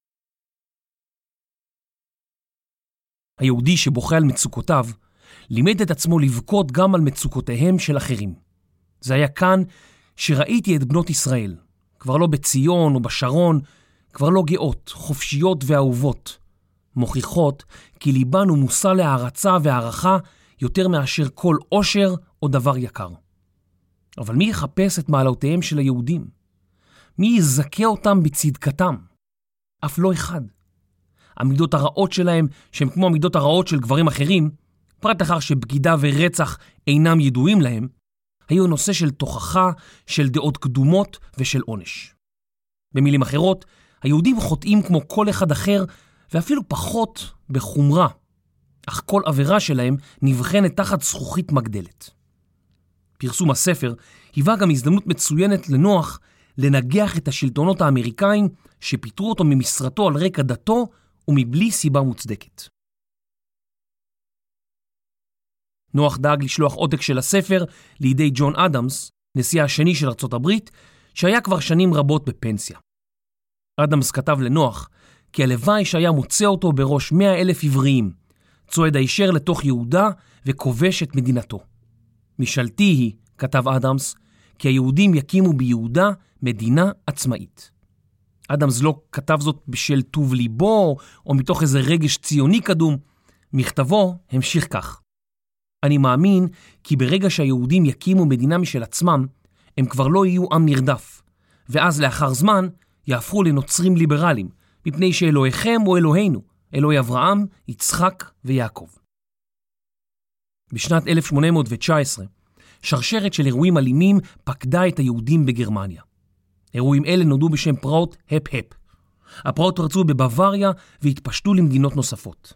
A: היהודי שבוכה על מצוקותיו, לימד את עצמו לבכות גם על מצוקותיהם של אחרים. זה היה כאן שראיתי את בנות ישראל, כבר לא בציון או בשרון, כבר לא גאות, חופשיות ואהובות, מוכיחות כי ליבן הוא מושא להערצה והערכה יותר מאשר כל עושר או דבר יקר. אבל מי יחפש את מעלותיהם של היהודים? מי יזכה אותם בצדקתם? אף לא אחד. המידות הרעות שלהם, שהן כמו המידות הרעות של גברים אחרים, פרט אחר שבגידה ורצח אינם ידועים להם, היו נושא של תוכחה, של דעות קדומות ושל עונש. במילים אחרות, היהודים חוטאים כמו כל אחד אחר, ואפילו פחות בחומרה, אך כל עבירה שלהם נבחנת תחת זכוכית מגדלת. פרסום הספר היווה גם הזדמנות מצוינת לנוח לנגח את השלטונות האמריקאים שפיטרו אותו ממשרתו על רקע דתו ומבלי סיבה מוצדקת. נוח דאג לשלוח עותק של הספר לידי ג'ון אדמס, נשיא השני של ארצות הברית, שהיה כבר שנים רבות בפנסיה. אדמס כתב לנוח כי הלוואי שהיה מוצא אותו בראש מאה אלף עבריים, צועד הישר לתוך יהודה וכובש את מדינתו. משאלתי היא, כתב אדמס, כי היהודים יקימו ביהודה מדינה עצמאית. אדמס לא כתב זאת בשל טוב ליבו או מתוך איזה רגש ציוני קדום. מכתבו המשיך כך: אני מאמין כי ברגע שהיהודים יקימו מדינה משל עצמם, הם כבר לא יהיו עם נרדף, ואז לאחר זמן יהפכו לנוצרים ליברליים, מפני שאלוהיכם הוא אלוהינו, אלוהי אברהם, יצחק ויעקב. בשנת אלף שמונה מאות תשע עשרה, שרשרת של אירועים אלימים פקדה את היהודים בגרמניה. אירועים אלה נודעו בשם פרעות הפ-הפ. הפרעות פרצו בבוואריה והתפשטו למדינות נוספות.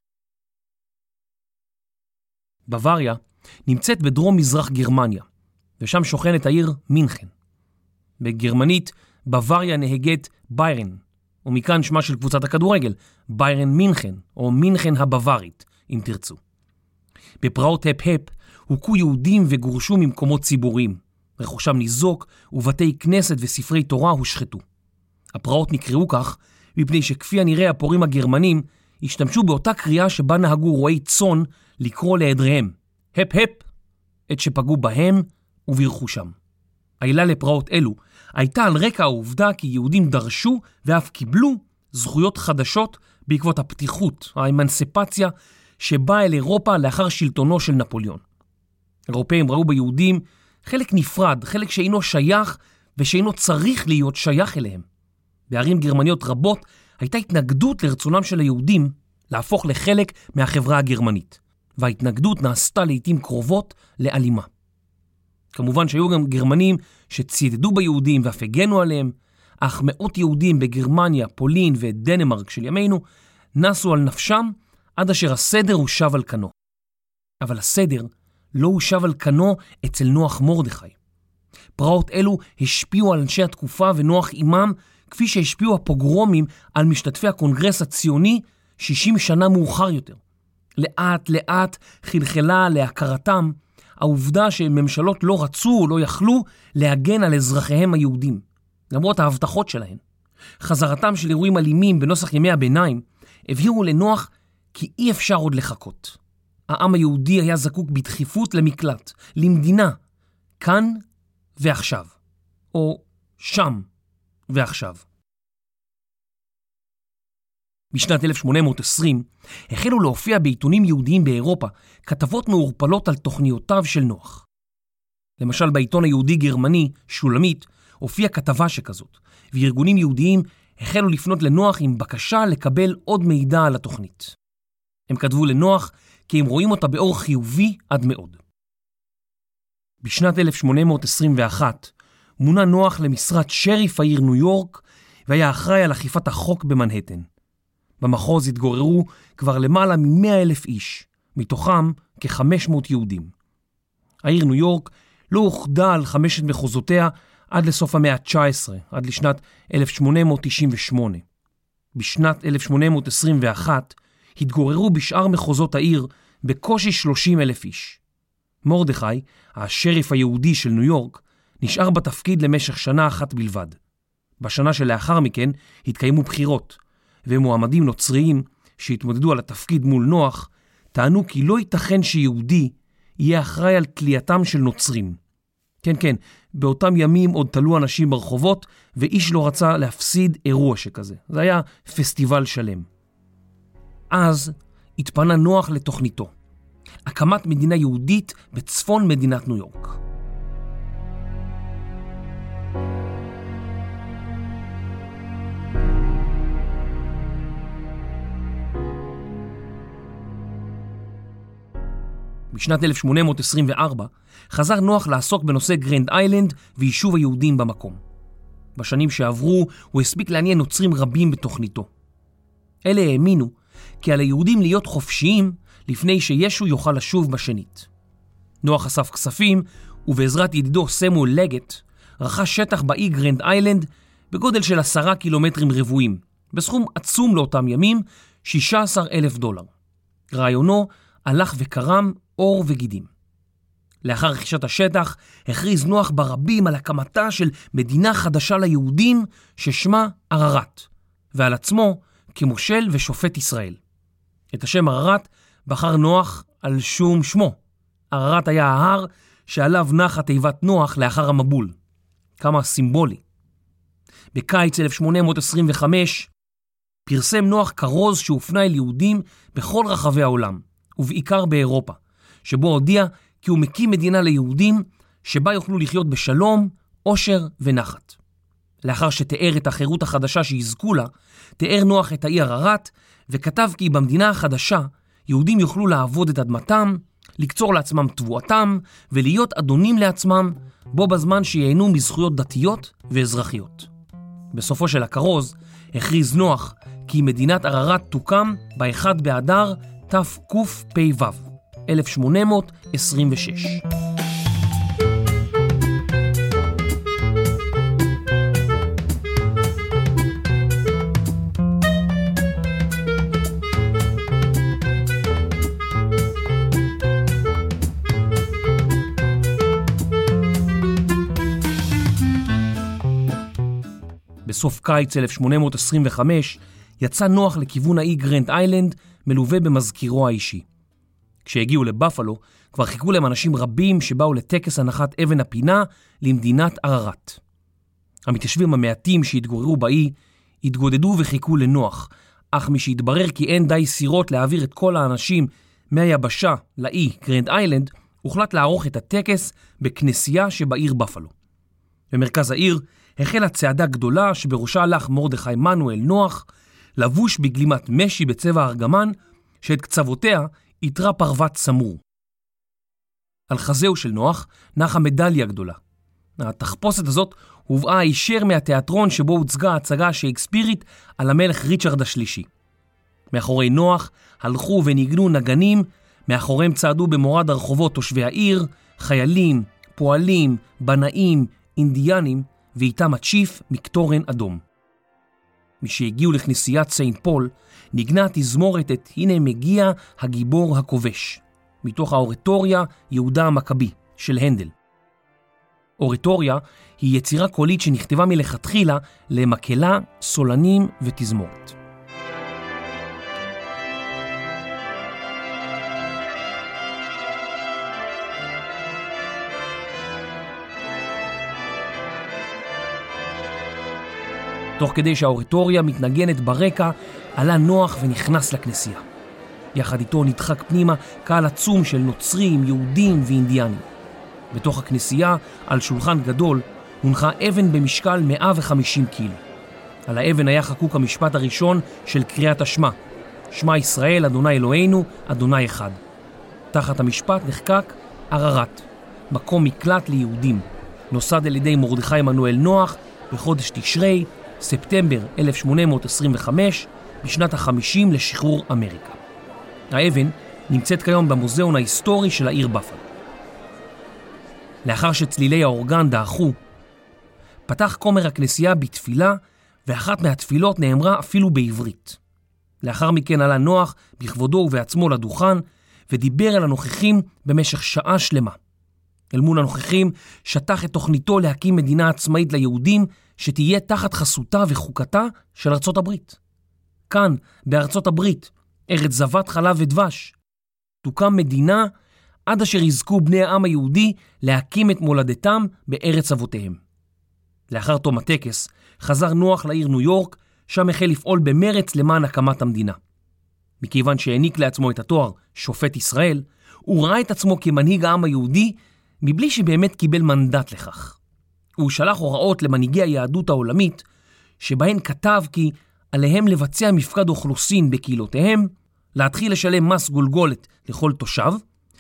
A: בוואריה נמצאת בדרום מזרח גרמניה, ושם שוכנת העיר מינכן. בגרמנית, בוואריה נהגת ביירן, ומכאן שמה של קבוצת הכדורגל, ביירן מינכן, או מינכן הבווארית, אם תרצו. בפרעות הפ-הפ הוכו יהודים וגורשו ממקומות ציבוריים, רכושם ניזוק ובתי כנסת וספרי תורה הושחתו. הפרעות נקראו כך מפני שכפי הנראה הפורעים הגרמנים השתמשו באותה קריאה שבה נהגו רועי צאן לקרוא לעדריהם, הפ-הפ, את שפגעו בהם וברכושם. העילה לפרעות אלו הייתה על רקע העובדה כי יהודים דרשו ואף קיבלו זכויות חדשות בעקבות הפתיחות, האמנסיפציה שבאה אל אירופה לאחר שלטונו של נפוליאון. אירופאים ראו ביהודים חלק נפרד, חלק שאינו שייך ושאינו צריך להיות שייך אליהם. בערים גרמניות רבות הייתה התנגדות לרצונם של היהודים להפוך לחלק מהחברה הגרמנית, וההתנגדות נעשתה לעתים קרובות לאלימה. כמובן שהיו גם גרמנים שצידדו ביהודים ואף הגנו עליהם, אך מאות יהודים בגרמניה, פולין ודנמרק של ימינו נסו על נפשם עד אשר הסדר הושב על כנו. אבל הסדר לא הושב על כנו אצל נוח מרדכי. פרעות אלו השפיעו על אנשי התקופה ונוח עימם, כפי שהשפיעו הפוגרומים על משתתפי הקונגרס הציוני שישים שנה מאוחר יותר. לאט לאט חלחלה להכרתם העובדה שממשלות לא רצו או לא יכלו להגן על אזרחיהם היהודים, למרות ההבטחות שלהן. חזרתם של אירועים אלימים בנוסח ימי הביניים הבהירו לנוח כי אי אפשר עוד לחכות. העם היהודי היה זקוק בדחיפות למקלט, למדינה, כאן ועכשיו, או שם ועכשיו. בשנת אלף שמונה מאות עשרים החלו להופיע בעיתונים יהודיים באירופה כתבות מעורפלות על תוכניותיו של נוח. למשל בעיתון היהודי גרמני, שולמית, הופיעה כתבה שכזאת, וארגונים יהודיים החלו לפנות לנוח עם בקשה לקבל עוד מידע על התוכנית. הם כתבו לנוח כי הם רואים אותה באור חיובי עד מאוד. בשנת אלף שמונה מאות עשרים ואחת מונה נוח למשרת שריף העיר ניו יורק, והיה אחראי על אכיפת החוק במנהטן. במחוז התגוררו כבר למעלה מ-מאה אלף איש, מתוכם כ-חמש מאות יהודים. העיר ניו יורק לא אוחדה על חמשת מחוזותיה עד לסוף המאה ה-תשע עשרה, עד לשנת אלף שמונה מאות תשעים ושמונה. בשנת אלף שמונה מאות עשרים ואחת התגוררו בשאר מחוזות העיר בקושי שלושים אלף איש. מרדכי, השריף היהודי של ניו יורק, נשאר בתפקיד למשך שנה אחת בלבד. בשנה שלאחר מכן התקיימו בחירות, ומועמדים נוצריים שהתמודדו על התפקיד מול נוח טענו כי לא ייתכן שיהודי יהיה אחראי על תלייתם של נוצרים. כן, כן, באותם ימים עוד תלו אנשים ברחובות, ואיש לא רצה להפסיד אירוע שכזה. זה היה פסטיבל שלם. אז התפנה נוח לתוכניתו, הקמת מדינה יהודית בצפון מדינת ניו יורק. בשנת אלף שמונה מאות עשרים וארבע חזר נוח לעסוק בנושא גרנד איילנד ויישוב היהודים במקום. בשנים שעברו הוא הספיק לעניין נוצרים רבים בתוכניתו. אלה האמינו כי על היהודים להיות חופשיים לפני שישו יוכל לשוב בשנית. נוח אסף כספים, ובעזרת ידידו סמואל לגט רכש שטח באי גרנד איילנד בגודל של עשרה קילומטרים רבועים, בסכום עצום לאותם ימים, שישה עשר אלף דולר. רעיונו הלך וקרם אור וגידים. לאחר רכישת השטח הכריז נוח ברבים על הקמתה של מדינה חדשה ליהודים ששמה ערערת, ועל עצמו כמושל ושופט ישראל. את השם ערערת בחר נוח על שום שמו. ערערת היה ההר שעליו נחה תיבת נוח לאחר המבול. כמה סימבולי. בקיץ אלף שמונה מאות עשרים וחמש פרסם נוח כרוז שהופנה אל יהודים בכל רחבי העולם, ובעיקר באירופה, שבו הודיע כי הוא מקים מדינה ליהודים שבה יוכלו לחיות בשלום, עושר ונחת. לאחר שתיאר את החירות החדשה שיזכו לה, תיאר נוח את האי ערערת וכתב כי במדינה החדשה יהודים יוכלו לעבוד את אדמתם, לקצור לעצמם תבואתם ולהיות אדונים לעצמם, בו בזמן שיהנו מזכויות דתיות ואזרחיות. בסופו של הכרוז הכריז נוח כי מדינת ערערת תוקם ב-אחד באדר תקפ"ו, אלף שמונה מאות עשרים ושש. בסוף קיץ אלף שמונה מאות עשרים וחמש יצא נוח לכיוון האי גרנד איילנד מלווה במזכירו האישי. כשהגיעו לבאפלו כבר חיכו להם אנשים רבים שבאו לטקס הנחת אבן הפינה למדינת ערערת. המתיישבים המעטים שהתגוררו באי התגודדו וחיכו לנוח, אך משהתברר כי אין די סירות להעביר את כל האנשים מהיבשה לאי גרנד איילנד, הוחלט לערוך את הטקס בכנסייה שבעיר באפלו. במרכז העיר החלה צעדה גדולה שבראשה הלך מרדכי מנואל נוח, לבוש בגלימת משי בצבע ארגמן, שאת קצוותיה יתרה פרוות סמור. על חזהו של נוח נחה מדליה גדולה. התחפושת הזאת הובאה הישר מהתיאטרון שבו הוצגה ההצגה שייקספירית על המלך ריצ'רד השלישי. מאחורי נוח הלכו וניגנו נגנים, מאחוריהם צעדו במורד הרחובות תושבי העיר, חיילים, פועלים, בנאים, אינדיאנים, ואיתם הצ'יף מקטורן אדום. משהגיעו לכנסיית סיינט פול, ניגנה תזמורת את הנה מגיע הגיבור הכובש, מתוך האורטוריה יהודה המכבי של הנדל. אורטוריה היא יצירה קולית שנכתבה מלכתחילה למקהלה, סולנים ותזמורת. תוך כדי שהאורטוריה מתנגנת ברקע, עלה נוח ונכנס לכנסייה. יחד איתו נדחק פנימה קהל עצום של נוצרים, יהודים ואינדיאנים. בתוך הכנסייה, על שולחן גדול, הונחה אבן במשקל מאה וחמישים קילו. על האבן היה חקוק המשפט הראשון של קריאת השמה. שמע ישראל, אדוני אלוהינו, אדוני אחד. תחת המשפט נחקק ערערת, מקום מקלט ליהודים. נוסד על ידי מרדכי עמנואל נוח בחודש תשרי, ספטמבר אלף שמונה מאות עשרים וחמש, בשנת החמישים לשחרור אמריקה. האבן נמצאת כיום במוזיאון ההיסטורי של העיר בפלו. לאחר שצלילי האורגן דעכו, פתח כומר הכנסייה בתפילה, ואחת מהתפילות נאמרה אפילו בעברית. לאחר מכן עלה נוח בכבודו ובעצמו לדוכן, ודיבר על הנוכחים במשך שעה שלמה. אל מול הנוכחים שטח את תוכניתו להקים מדינה עצמאית ליהודים, שתהיה תחת חסותה וחוקתה של ארצות הברית. כאן, בארצות הברית, ארץ זבת חלב ודבש, תוקם מדינה עד אשר יזכו בני העם היהודי להקים את מולדתם בארץ אבותיהם. לאחר תום הטקס, חזר נוח לעיר ניו יורק, שם החל לפעול במרץ למען הקמת המדינה. מכיוון שהעניק לעצמו את התואר שופט ישראל, הוא ראה את עצמו כמנהיג העם היהודי, מבלי שבאמת קיבל מנדט לכך. הוא שלח הוראות למנהיגי היהדות העולמית, שבהן כתב כי עליהם לבצע מפקד אוכלוסין בקהילותיהם, להתחיל לשלם מס גולגולת לכל תושב,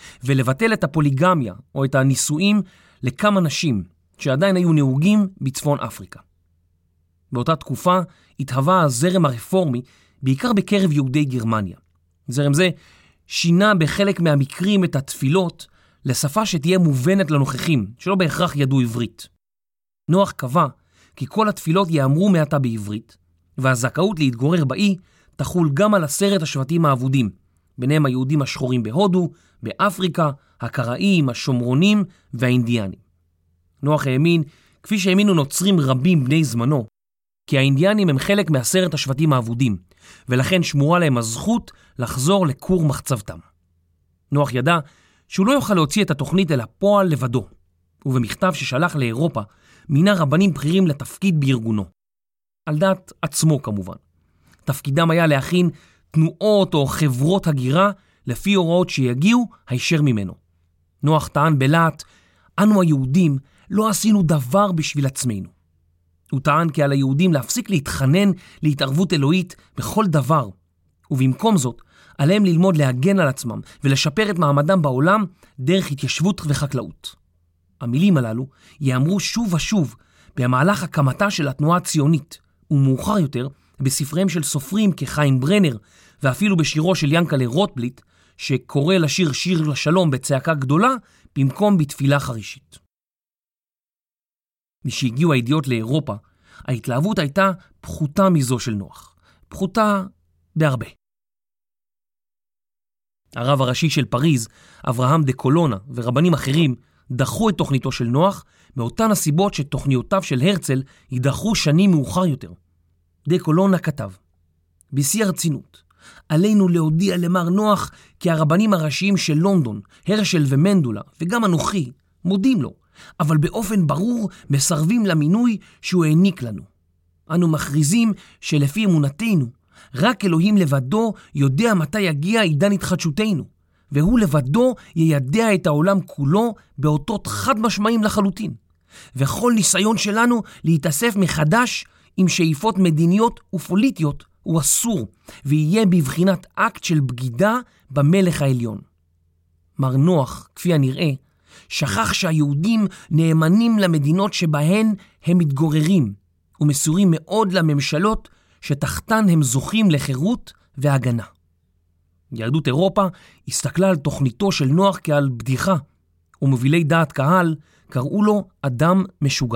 A: ולבטל את הפוליגמיה או את הנישואים לכמה נשים שעדיין היו נהוגים בצפון אפריקה. באותה תקופה התהווה הזרם הרפורמי בעיקר בקרב יהודי גרמניה. זרם זה שינה בחלק מהמקרים את התפילות לשפה שתהיה מובנת לנוכחים, שלא בהכרח ידעו עברית. נוח קבע כי כל התפילות יאמרו מעתה בעברית, והזכאות להתגורר באי תחול גם על עשרת השבטים האבודים, ביניהם היהודים השחורים בהודו, באפריקה, הקראיים, השומרונים והאינדיאנים. נוח האמין, כפי שהאמינו נוצרים רבים בני זמנו, כי האינדיאנים הם חלק מעשרת השבטים האבודים, ולכן שמורה להם הזכות לחזור לכור מחצבתם. נוח ידע שהוא לא יוכל להוציא את התוכנית אל הפועל לבדו, ובמכתב ששלח לאירופה מינה רבנים בכירים לתפקיד בארגונו. על דעת עצמו כמובן. תפקידם היה להכין תנועות או חברות הגירה לפי הוראות שיגיעו הישר ממנו. נוח טען בלהט, אנו היהודים לא עשינו דבר בשביל עצמנו. הוא טען כי על היהודים להפסיק להתחנן להתערבות אלוהית בכל דבר, ובמקום זאת עליהם ללמוד להגן על עצמם ולשפר את מעמדם בעולם דרך התיישבות וחקלאות. המילים הללו יאמרו שוב ושוב במהלך הקמתה של התנועה הציונית, ומאוחר יותר בספריהם של סופרים כחיים ברנר, ואפילו בשירו של ינקלה רוטבליט, שקורא לשיר שיר לשלום בצעקה גדולה, במקום בתפילה חרישית. משהגיעו הידיעות לאירופה, ההתלהבות הייתה פחותה מזו של נוח. פחותה בהרבה. הרב הראשי של פריז, אברהם דה קולונה ורבנים אחרים, דחו את תוכניתו של נוח, מאותן הסיבות שתוכניותיו של הרצל יידחו שנים מאוחר יותר. דה קולונה כתב, בשיא הרצינות, עלינו להודיע למר נוח כי הרבנים הראשיים של לונדון, הרשל ומנדולה וגם אנוכי, מודים לו, אבל באופן ברור מסרבים למינוי שהוא העניק לנו. אנו מכריזים שלפי אמונתנו, רק אלוהים לבדו יודע מתי יגיע עידן התחדשותנו, והוא לבדו יידע את העולם כולו באותות חד משמעיים לחלוטין. וכל ניסיון שלנו להתאסף מחדש עם שאיפות מדיניות ופוליטיות הוא אסור, ויהיה בבחינת אקט של בגידה במלך העליון. מר נוח, כפי הנראה, שכח שהיהודים נאמנים למדינות שבהן הם מתגוררים, ומסורים מאוד לממשלות שתחתן הם זוכים לחירות והגנה. יהדות אירופה הסתכלה על תוכניתו של נוח כעל בדיחה, ומובילי דעת קהל קראו לו אדם משוגע.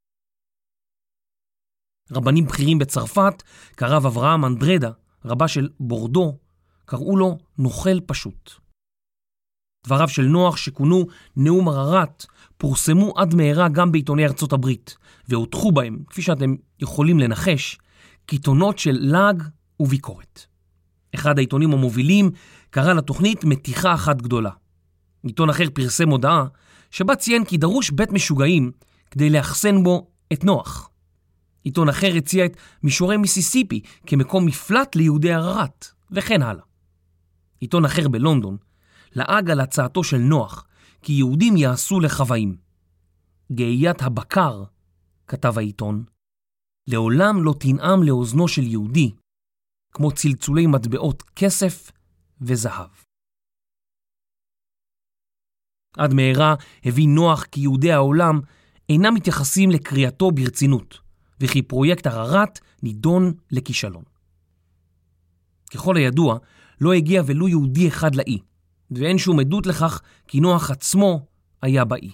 A: רבנים בכירים בצרפת, כרב אברהם אנדרדה, רבה של בורדו, קראו לו נוכל פשוט. דבריו של נוח שכונו נאום הררת פורסמו עד מהרה גם בעיתוני ארצות הברית, והותחו בהם, כפי שאתם יכולים לנחש, קיתונות של לעג וביקורת. אחד העיתונים המובילים קרא לתוכנית מתיחה אחת גדולה. עיתון אחר פרסם הודעה שבה ציין כי דרוש בית משוגעים כדי לאחסן בו את נוח. עיתון אחר הציע את מישורי מיסיסיפי כמקום מפלט ליהודי הררת, וכן הלאה. עיתון אחר בלונדון לעג על הצעתו של נוח כי יהודים יעשו לחוואים. גאיית הבקר, כתב העיתון, לעולם לא תנעם לאוזנו של יהודי כמו צלצולי מטבעות כסף וזהב. עד מהרה הבין נוח כי יהודי העולם אינם מתייחסים לקריאתו ברצינות, וכי פרויקט הררת נידון לכישלון. ככל הידוע, לא הגיע ולו יהודי אחד לאי, ואין שום עדות לכך כי נוח עצמו היה באי.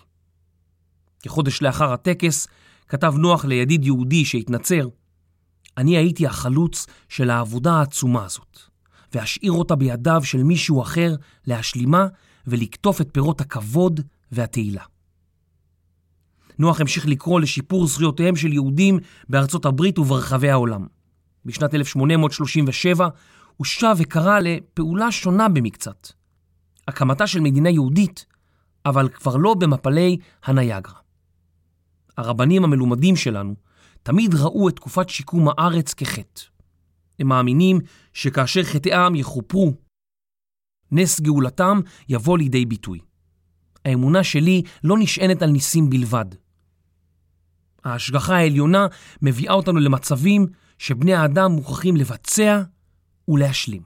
A: כחודש לאחר הטקס, כתב נוח לידיד יהודי שהתנצר, אני הייתי החלוץ של העבודה העצומה הזאת, ואשאיר אותה בידיו של מישהו אחר להשלימה ולקטוף את פירות הכבוד והתהילה. נוח המשיך לקרוא לשיפור זכויותיהם של יהודים בארצות הברית וברחבי העולם. בשנת אלף שמונה מאות שלושים ושבע הוא שב וקרא לפעולה שונה במקצת. הקמתה של מדינה יהודית, אבל כבר לא במפלי הניאגרה. הרבנים המלומדים שלנו תמיד ראו את תקופת שיקום הארץ כחטא. הם מאמינים שכאשר חטאיהם יחופרו, נס גאולתם יבוא לידי ביטוי. האמונה שלי לא נשענת על ניסים בלבד. ההשגחה העליונה מביאה אותנו למצבים שבני האדם מוכרחים לבצע ולהשלים.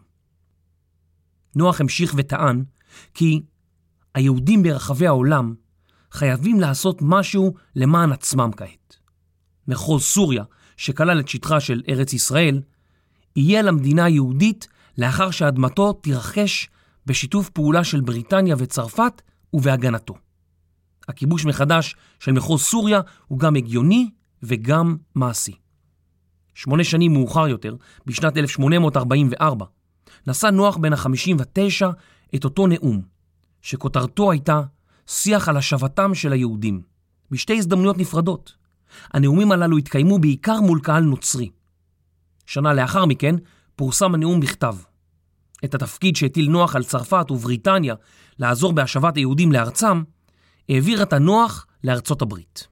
A: נוח המשיך וטען כי היהודים ברחבי העולם חייבים לעשות משהו למען עצמם כעת. מחוז סוריה, שכלל את שטחה של ארץ ישראל, יהיה למדינה היהודית לאחר שאדמתו תירכש בשיתוף פעולה של בריטניה וצרפת ובהגנתו. הכיבוש מחדש של מחוז סוריה הוא גם הגיוני וגם מעשי. שמונה שנים מאוחר יותר, בשנת אלף שמונה מאות ארבעים וארבע, נשא נוח בן ה-חמישים ותשע את אותו נאום, שכותרתו הייתה שיח על השבתם של היהודים, בשתי הזדמנויות נפרדות. הנאומים הללו התקיימו בעיקר מול קהל נוצרי. שנה לאחר מכן פורסם הנאום בכתב. את התפקיד שהטיל נוח על צרפת ובריטניה לעזור בהשבת היהודים לארצם, העביר את הנוח לארצות הברית.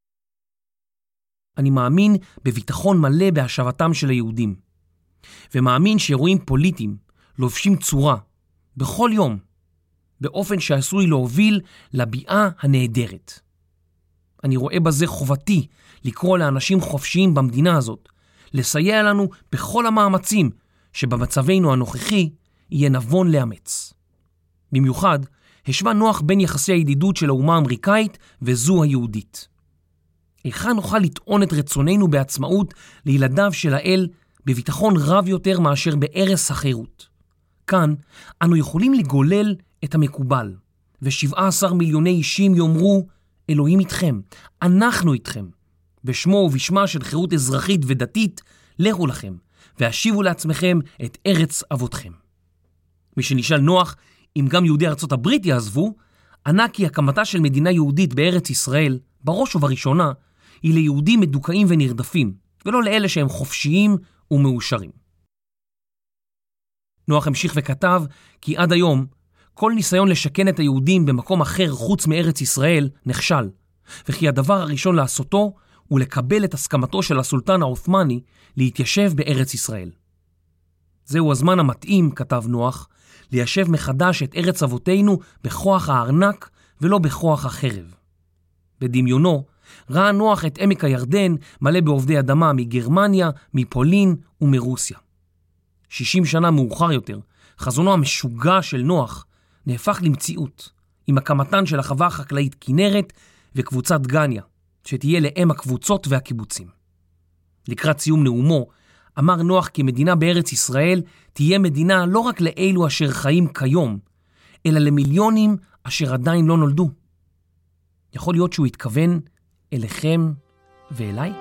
A: אני מאמין בביטחון מלא בהשבתם של היהודים, ומאמין שאירועים פוליטיים לובשים צורה בכל יום, באופן שעשוי להוביל לביאה הנהדרת. אני רואה בזה חובתי לקרוא לאנשים חופשיים במדינה הזאת, לסייע לנו בכל המאמצים שבמצבנו הנוכחי יהיה נבון לאמץ. במיוחד, השווה נוח בין יחסי הידידות של האומה האמריקאית וזו היהודית. היכן נוכל לטעון את רצוננו בעצמאות לילדיו של האל בביטחון רב יותר מאשר בערש החירות. כאן אנו יכולים לגולל את המקובל, ו-שבעה עשר מיליוני אישים יאמרו, אלוהים איתכם, אנחנו איתכם. בשמו ובשמה של חירות אזרחית ודתית, לכו לכם, והשיבו לעצמכם את ארץ אבותכם. מי שנשאל נוח, אם גם יהודי ארצות הברית יעזבו, ענה כי הקמתה של מדינה יהודית בארץ ישראל, בראש ובראשונה, היא ליהודים מדוכאים ונרדפים, ולא לאלה שהם חופשיים ומאושרים. נוח המשיך וכתב כי עד היום, כל ניסיון לשכן את היהודים במקום אחר חוץ מארץ ישראל נכשל, וכי הדבר הראשון לעשותו הוא לקבל את הסכמתו של הסולטן העות'מאני להתיישב בארץ ישראל. זהו הזמן המתאים, כתב נוח, ליישב מחדש את ארץ אבותינו בכוח הארנק ולא בכוח החרב. בדמיונו ראה נוח את עמק הירדן מלא בעובדי אדמה מגרמניה, מפולין ומרוסיה. שישים שנה מאוחר יותר, חזונו המשוגע של נוח נהפך למציאות, עם הקמתן של החווה החקלאית כנרת וקבוצת גניה, שתהיה לאם הקבוצות והקיבוצים. לקראת סיום נאומו, אמר נוח כי מדינה בארץ ישראל תהיה מדינה לא רק לאלו אשר חיים כיום, אלא למיליונים אשר עדיין לא נולדו. יכול להיות שהוא התכוון אליכם ואליי?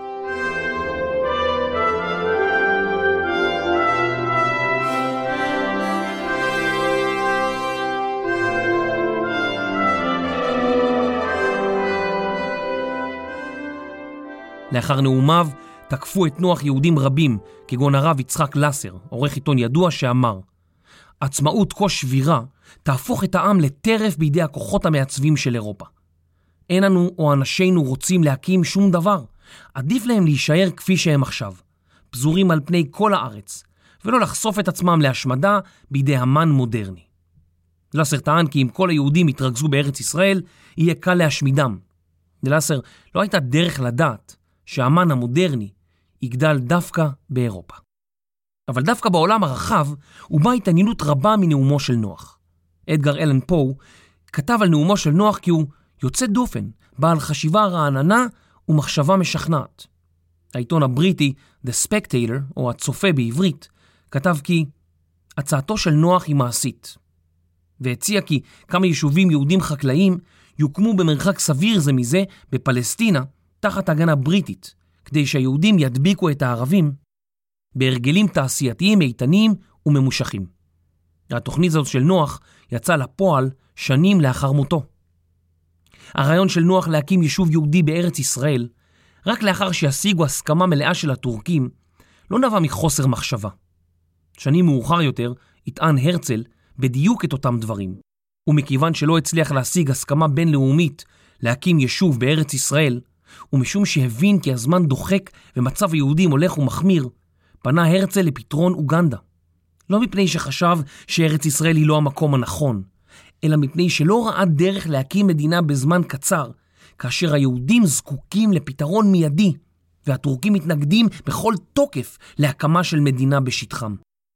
A: לאחר נאומיו תקפו את נוח יהודים רבים, כגון הרב יצחק לסר, עורך עיתון ידוע שאמר, עצמאות כה שבירה תהפוך את העם לטרף בידי הכוחות המעצבים של אירופה. אין לנו או אנשינו רוצים להקים שום דבר, עדיף להם להישאר כפי שהם עכשיו, פזורים על פני כל הארץ, ולא לחשוף את עצמם להשמדה בידי המן מודרני. לסר טען כי אם כל היהודים יתרכזו בארץ ישראל, יהיה קל להשמידם. ללסר לא הייתה דרך לדעת שהמן המודרני יגדל דווקא באירופה. אבל דווקא בעולם הרחב הובאה התעניינות רבה מנאומו של נוח. אדגר אלן פו כתב על נאומו של נוח כי הוא יוצא דופן, בעל חשיבה רעננה ומחשבה משכנעת. העיתון הבריטי The Spectator, או הצופה בעברית, כתב כי הצעתו של נוח היא מעשית, והציע כי כמה יישובים יהודים חקלאיים יוקמו במרחק סביר זה מזה בפלסטינה תחת הגנה בריטית, כדי שהיהודים ידביקו את הערבים בהרגלים תעשייתיים איתנים וממושכים. התוכנית הזאת של נוח יצאה לפועל שנים לאחר מותו. הרעיון של נוח להקים יישוב יהודי בארץ ישראל, רק לאחר שישיגו הסכמה מלאה של הטורקים, לא נבע מחוסר מחשבה. שנים מאוחר יותר יטען הרצל בדיוק את אותם דברים, ומכיוון שלא הצליח להשיג הסכמה בינלאומית להקים יישוב בארץ ישראל, ומשום שהבין כי הזמן דוחק ומצב היהודים הולך ומחמיר, פנה הרצל לפתרון אוגנדה. לא מפני שחשב שארץ ישראל היא לא המקום הנכון, אלא מפני שלא ראה דרך להקים מדינה בזמן קצר, כאשר היהודים זקוקים לפתרון מיידי, והטורקים מתנגדים בכל תוקף להקמה של מדינה בשטחם.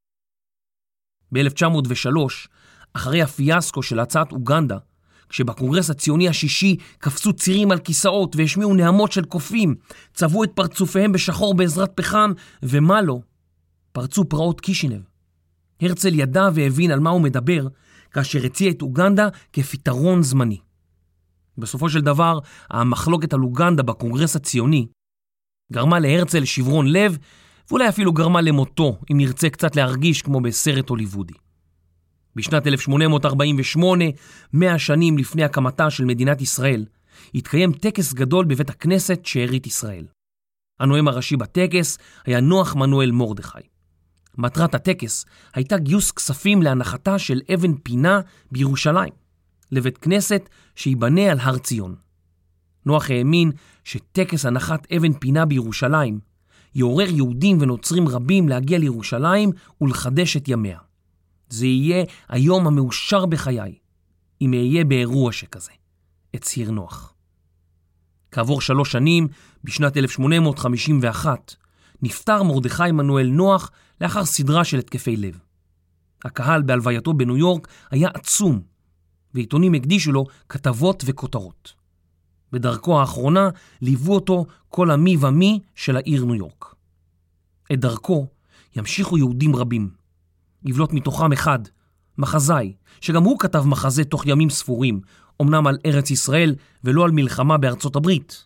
A: ב-אלף תשע מאות ושלוש, אחרי הפיאסקו של הצעת אוגנדה, כשבקונגרס הציוני השישי קפצו צירים על כיסאות והשמיעו נעמות של קופים, צבעו את פרצופיהם בשחור בעזרת פחם, ומה לא, פרצו פרעות קישינב. הרצל ידע והבין על מה הוא מדבר, כאשר הציע את אוגנדה כפתרון זמני. בסופו של דבר, המחלוקת על אוגנדה בקונגרס הציוני גרמה להרצל שברון לב, ואולי אפילו גרמה למותו, אם נרצה קצת להרגיש כמו בסרט הוליוודי. בשנת אלף שמונה מאות ארבעים ושמונה, מאה שנים לפני הקמתה של מדינת ישראל, התקיים טקס גדול בבית הכנסת שארית ישראל. הנואם הראשי בטקס היה נוח מנואל מרדכי. מטרת הטקס הייתה גיוס כספים להנחתה של אבן פינה בירושלים, לבית כנסת שיבנה על הר ציון. נוח האמין שטקס הנחת אבן פינה בירושלים יעורר יהודים ונוצרים רבים להגיע לירושלים ולחדש את ימיה. זה יהיה היום המאושר בחיי, אם אהיה באירוע שכזה, הצהיר נוח. כעבור שלוש שנים, בשנת אלף שמונה מאות חמישים ואחת, נפטר מרדכי מנואל נוח לאחר סדרה של התקפי לב. הקהל בהלווייתו בניו יורק היה עצום, ועיתונים הקדישו לו כתבות וכותרות. בדרכו האחרונה ליוו אותו כל המי ומי של העיר ניו יורק. את דרכו ימשיכו יהודים רבים. יבלוט מתוכם אחד, מחזאי, שגם הוא כתב מחזה תוך ימים ספורים, אמנם על ארץ ישראל ולא על מלחמה בארצות הברית.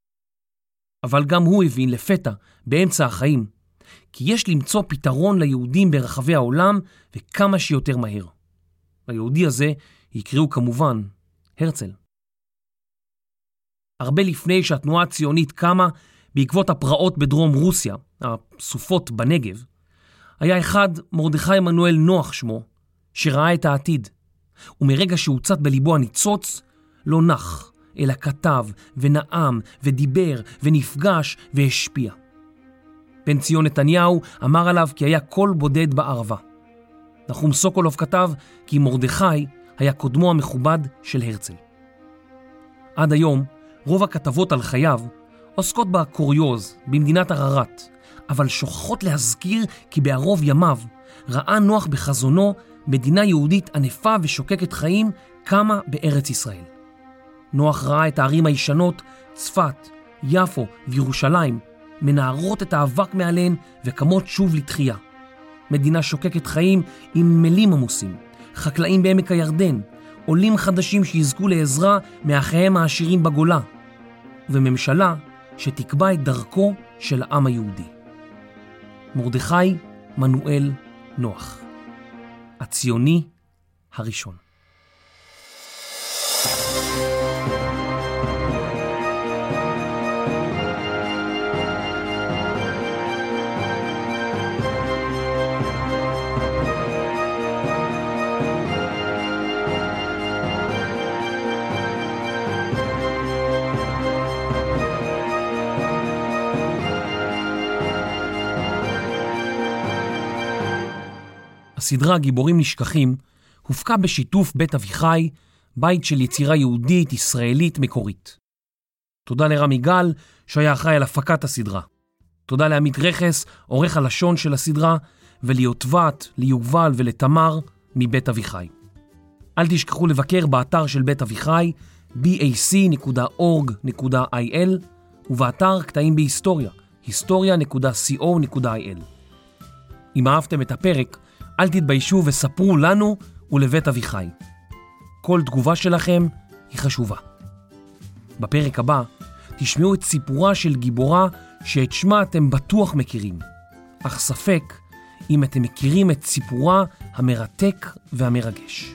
A: אבל גם הוא הבין לפתע, באמצע החיים, כי יש למצוא פתרון ליהודים ברחבי העולם וכמה שיותר מהר. ליהודי הזה יקראו כמובן הרצל. הרבה לפני שהתנועה הציונית קמה בעקבות הפרעות בדרום רוסיה, הסופות בנגב, היה אחד מרדכי מנואל נוח שמו, שראה את העתיד, ומרגע שהוצת בליבו הניצוץ, לא נח, אלא כתב ונאם ודיבר ונפגש והשפיע. בן ציון נתניהו אמר עליו כי היה קול בודד בערבה. נחום סוקולוב כתב כי מרדכי היה קודמו המכובד של הרצל. עד היום, רוב הכתבות על חייו עוסקות בקוריוז, במדינת הררת, אבל שוכחות להזכיר כי בערוב ימיו ראה נוח בחזונו מדינה יהודית ענפה ושוקקת חיים קמה בארץ ישראל. נוח ראה את הערים הישנות, צפת, יפו וירושלים, מנערות את האבק מעליהן וקמות שוב לתחייה. מדינה שוקקת חיים עם מלים עמוסים, חקלאים בעמק הירדן, עולים חדשים שיזכו לעזרה מאחיהם העשירים בגולה, וממשלה שתקבע את דרכו של העם היהודי. מרדכי מנואל נוח, הציוני הראשון. הסדרה גיבורים נשכחים הופקה בשיתוף בית אביחי, בית של יצירה יהודית ישראלית מקורית. תודה לרמי גל שהיה אחראי על הפקת הסדרה. תודה לעמית רכס, עורך הלשון של הסדרה, וליוטבת, ליובל ולתמר מבית אביחי. אל תשכחו לבקר באתר של בית אביחי בי איי סי נקודה אורג נקודה איי אל ובאתר קטעים בהיסטוריה היסטוריה נקודה סי או נקודה איי אל. אם אהבתם את הפרק, אל תתביישו וספרו לנו ולבית אביחי. כל תגובה שלכם היא חשובה. בפרק הבא תשמעו את סיפורה של גיבורה שאת שמה אתם בטוח מכירים, אך ספק אם אתם מכירים את סיפורה המרתק והמרגש.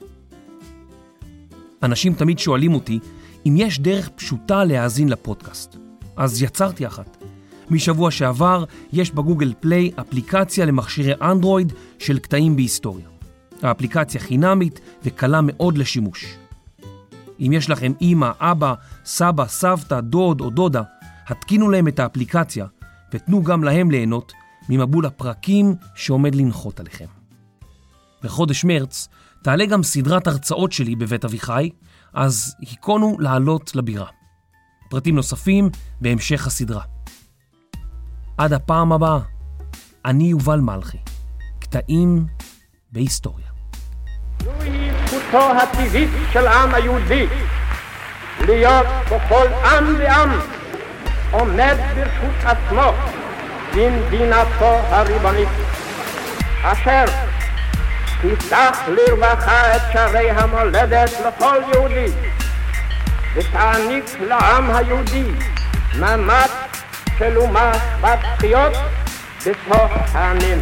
A: אנשים תמיד שואלים אותי אם יש דרך פשוטה להאזין לפודקאסט. אז יצרתי אחת. משבוע שעבר יש בגוגל פליי אפליקציה למכשירי אנדרואיד של קטעים בהיסטוריה. האפליקציה חינמית וקלה מאוד לשימוש. אם יש לכם אמא, אבא, סבא, סבתא, דוד או דודה, התקינו להם את האפליקציה ותנו גם להם ליהנות ממבול הפרקים שעומד לנחות עליכם. בחודש מרץ תעלה גם סדרת הרצאות שלי בבית אביחי, אז היכונו לעלות לבירה. פרטים נוספים בהמשך הסדרה. עד הפעם הבאה, אני יובל מלכי, קטעים בהיסטוריה.
B: זוהי זכותו הטבעית של העם היהודי, להיות בכל עם ועם, עומד ברשות עצמו, במדינתו הריבונית, אשר תפתח לרווחה את שערי המולדת לכל יהודי, ותעניק לעם היהודי מעמד של אומה שוות זכויות בתוך העמים.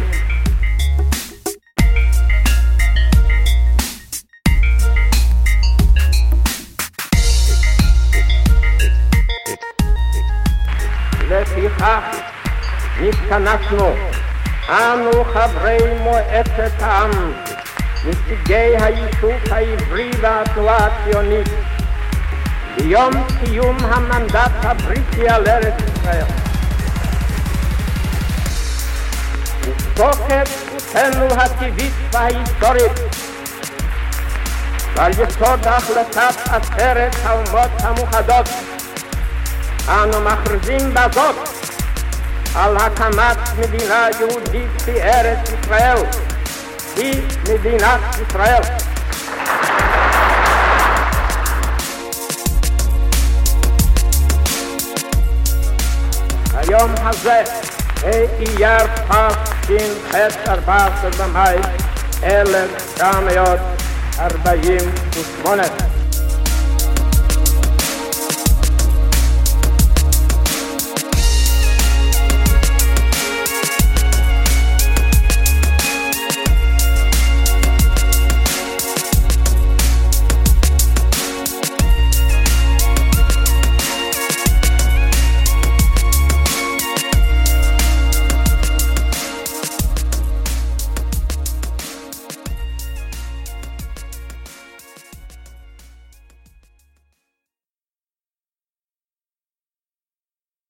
B: לפיכך נתכנסנו אנו חברי מועצת העם, נציגי היישוב העברי והתנועה הציונית, ביום קיום המנדט הבריטי על ארץ ישראל. מתוקף זכותנו הטבעית וההיסטורית, ועל יסוד החלטת עצרת האומות המאוחדות, אנו מכריזים בזאת על הקמת מדינה יהודית בארץ ישראל, היא מדינת ישראל. היום הזה, אייר תש"ח, ארבעה עשר במאי אלף תשע מאות ארבעים ושמונה.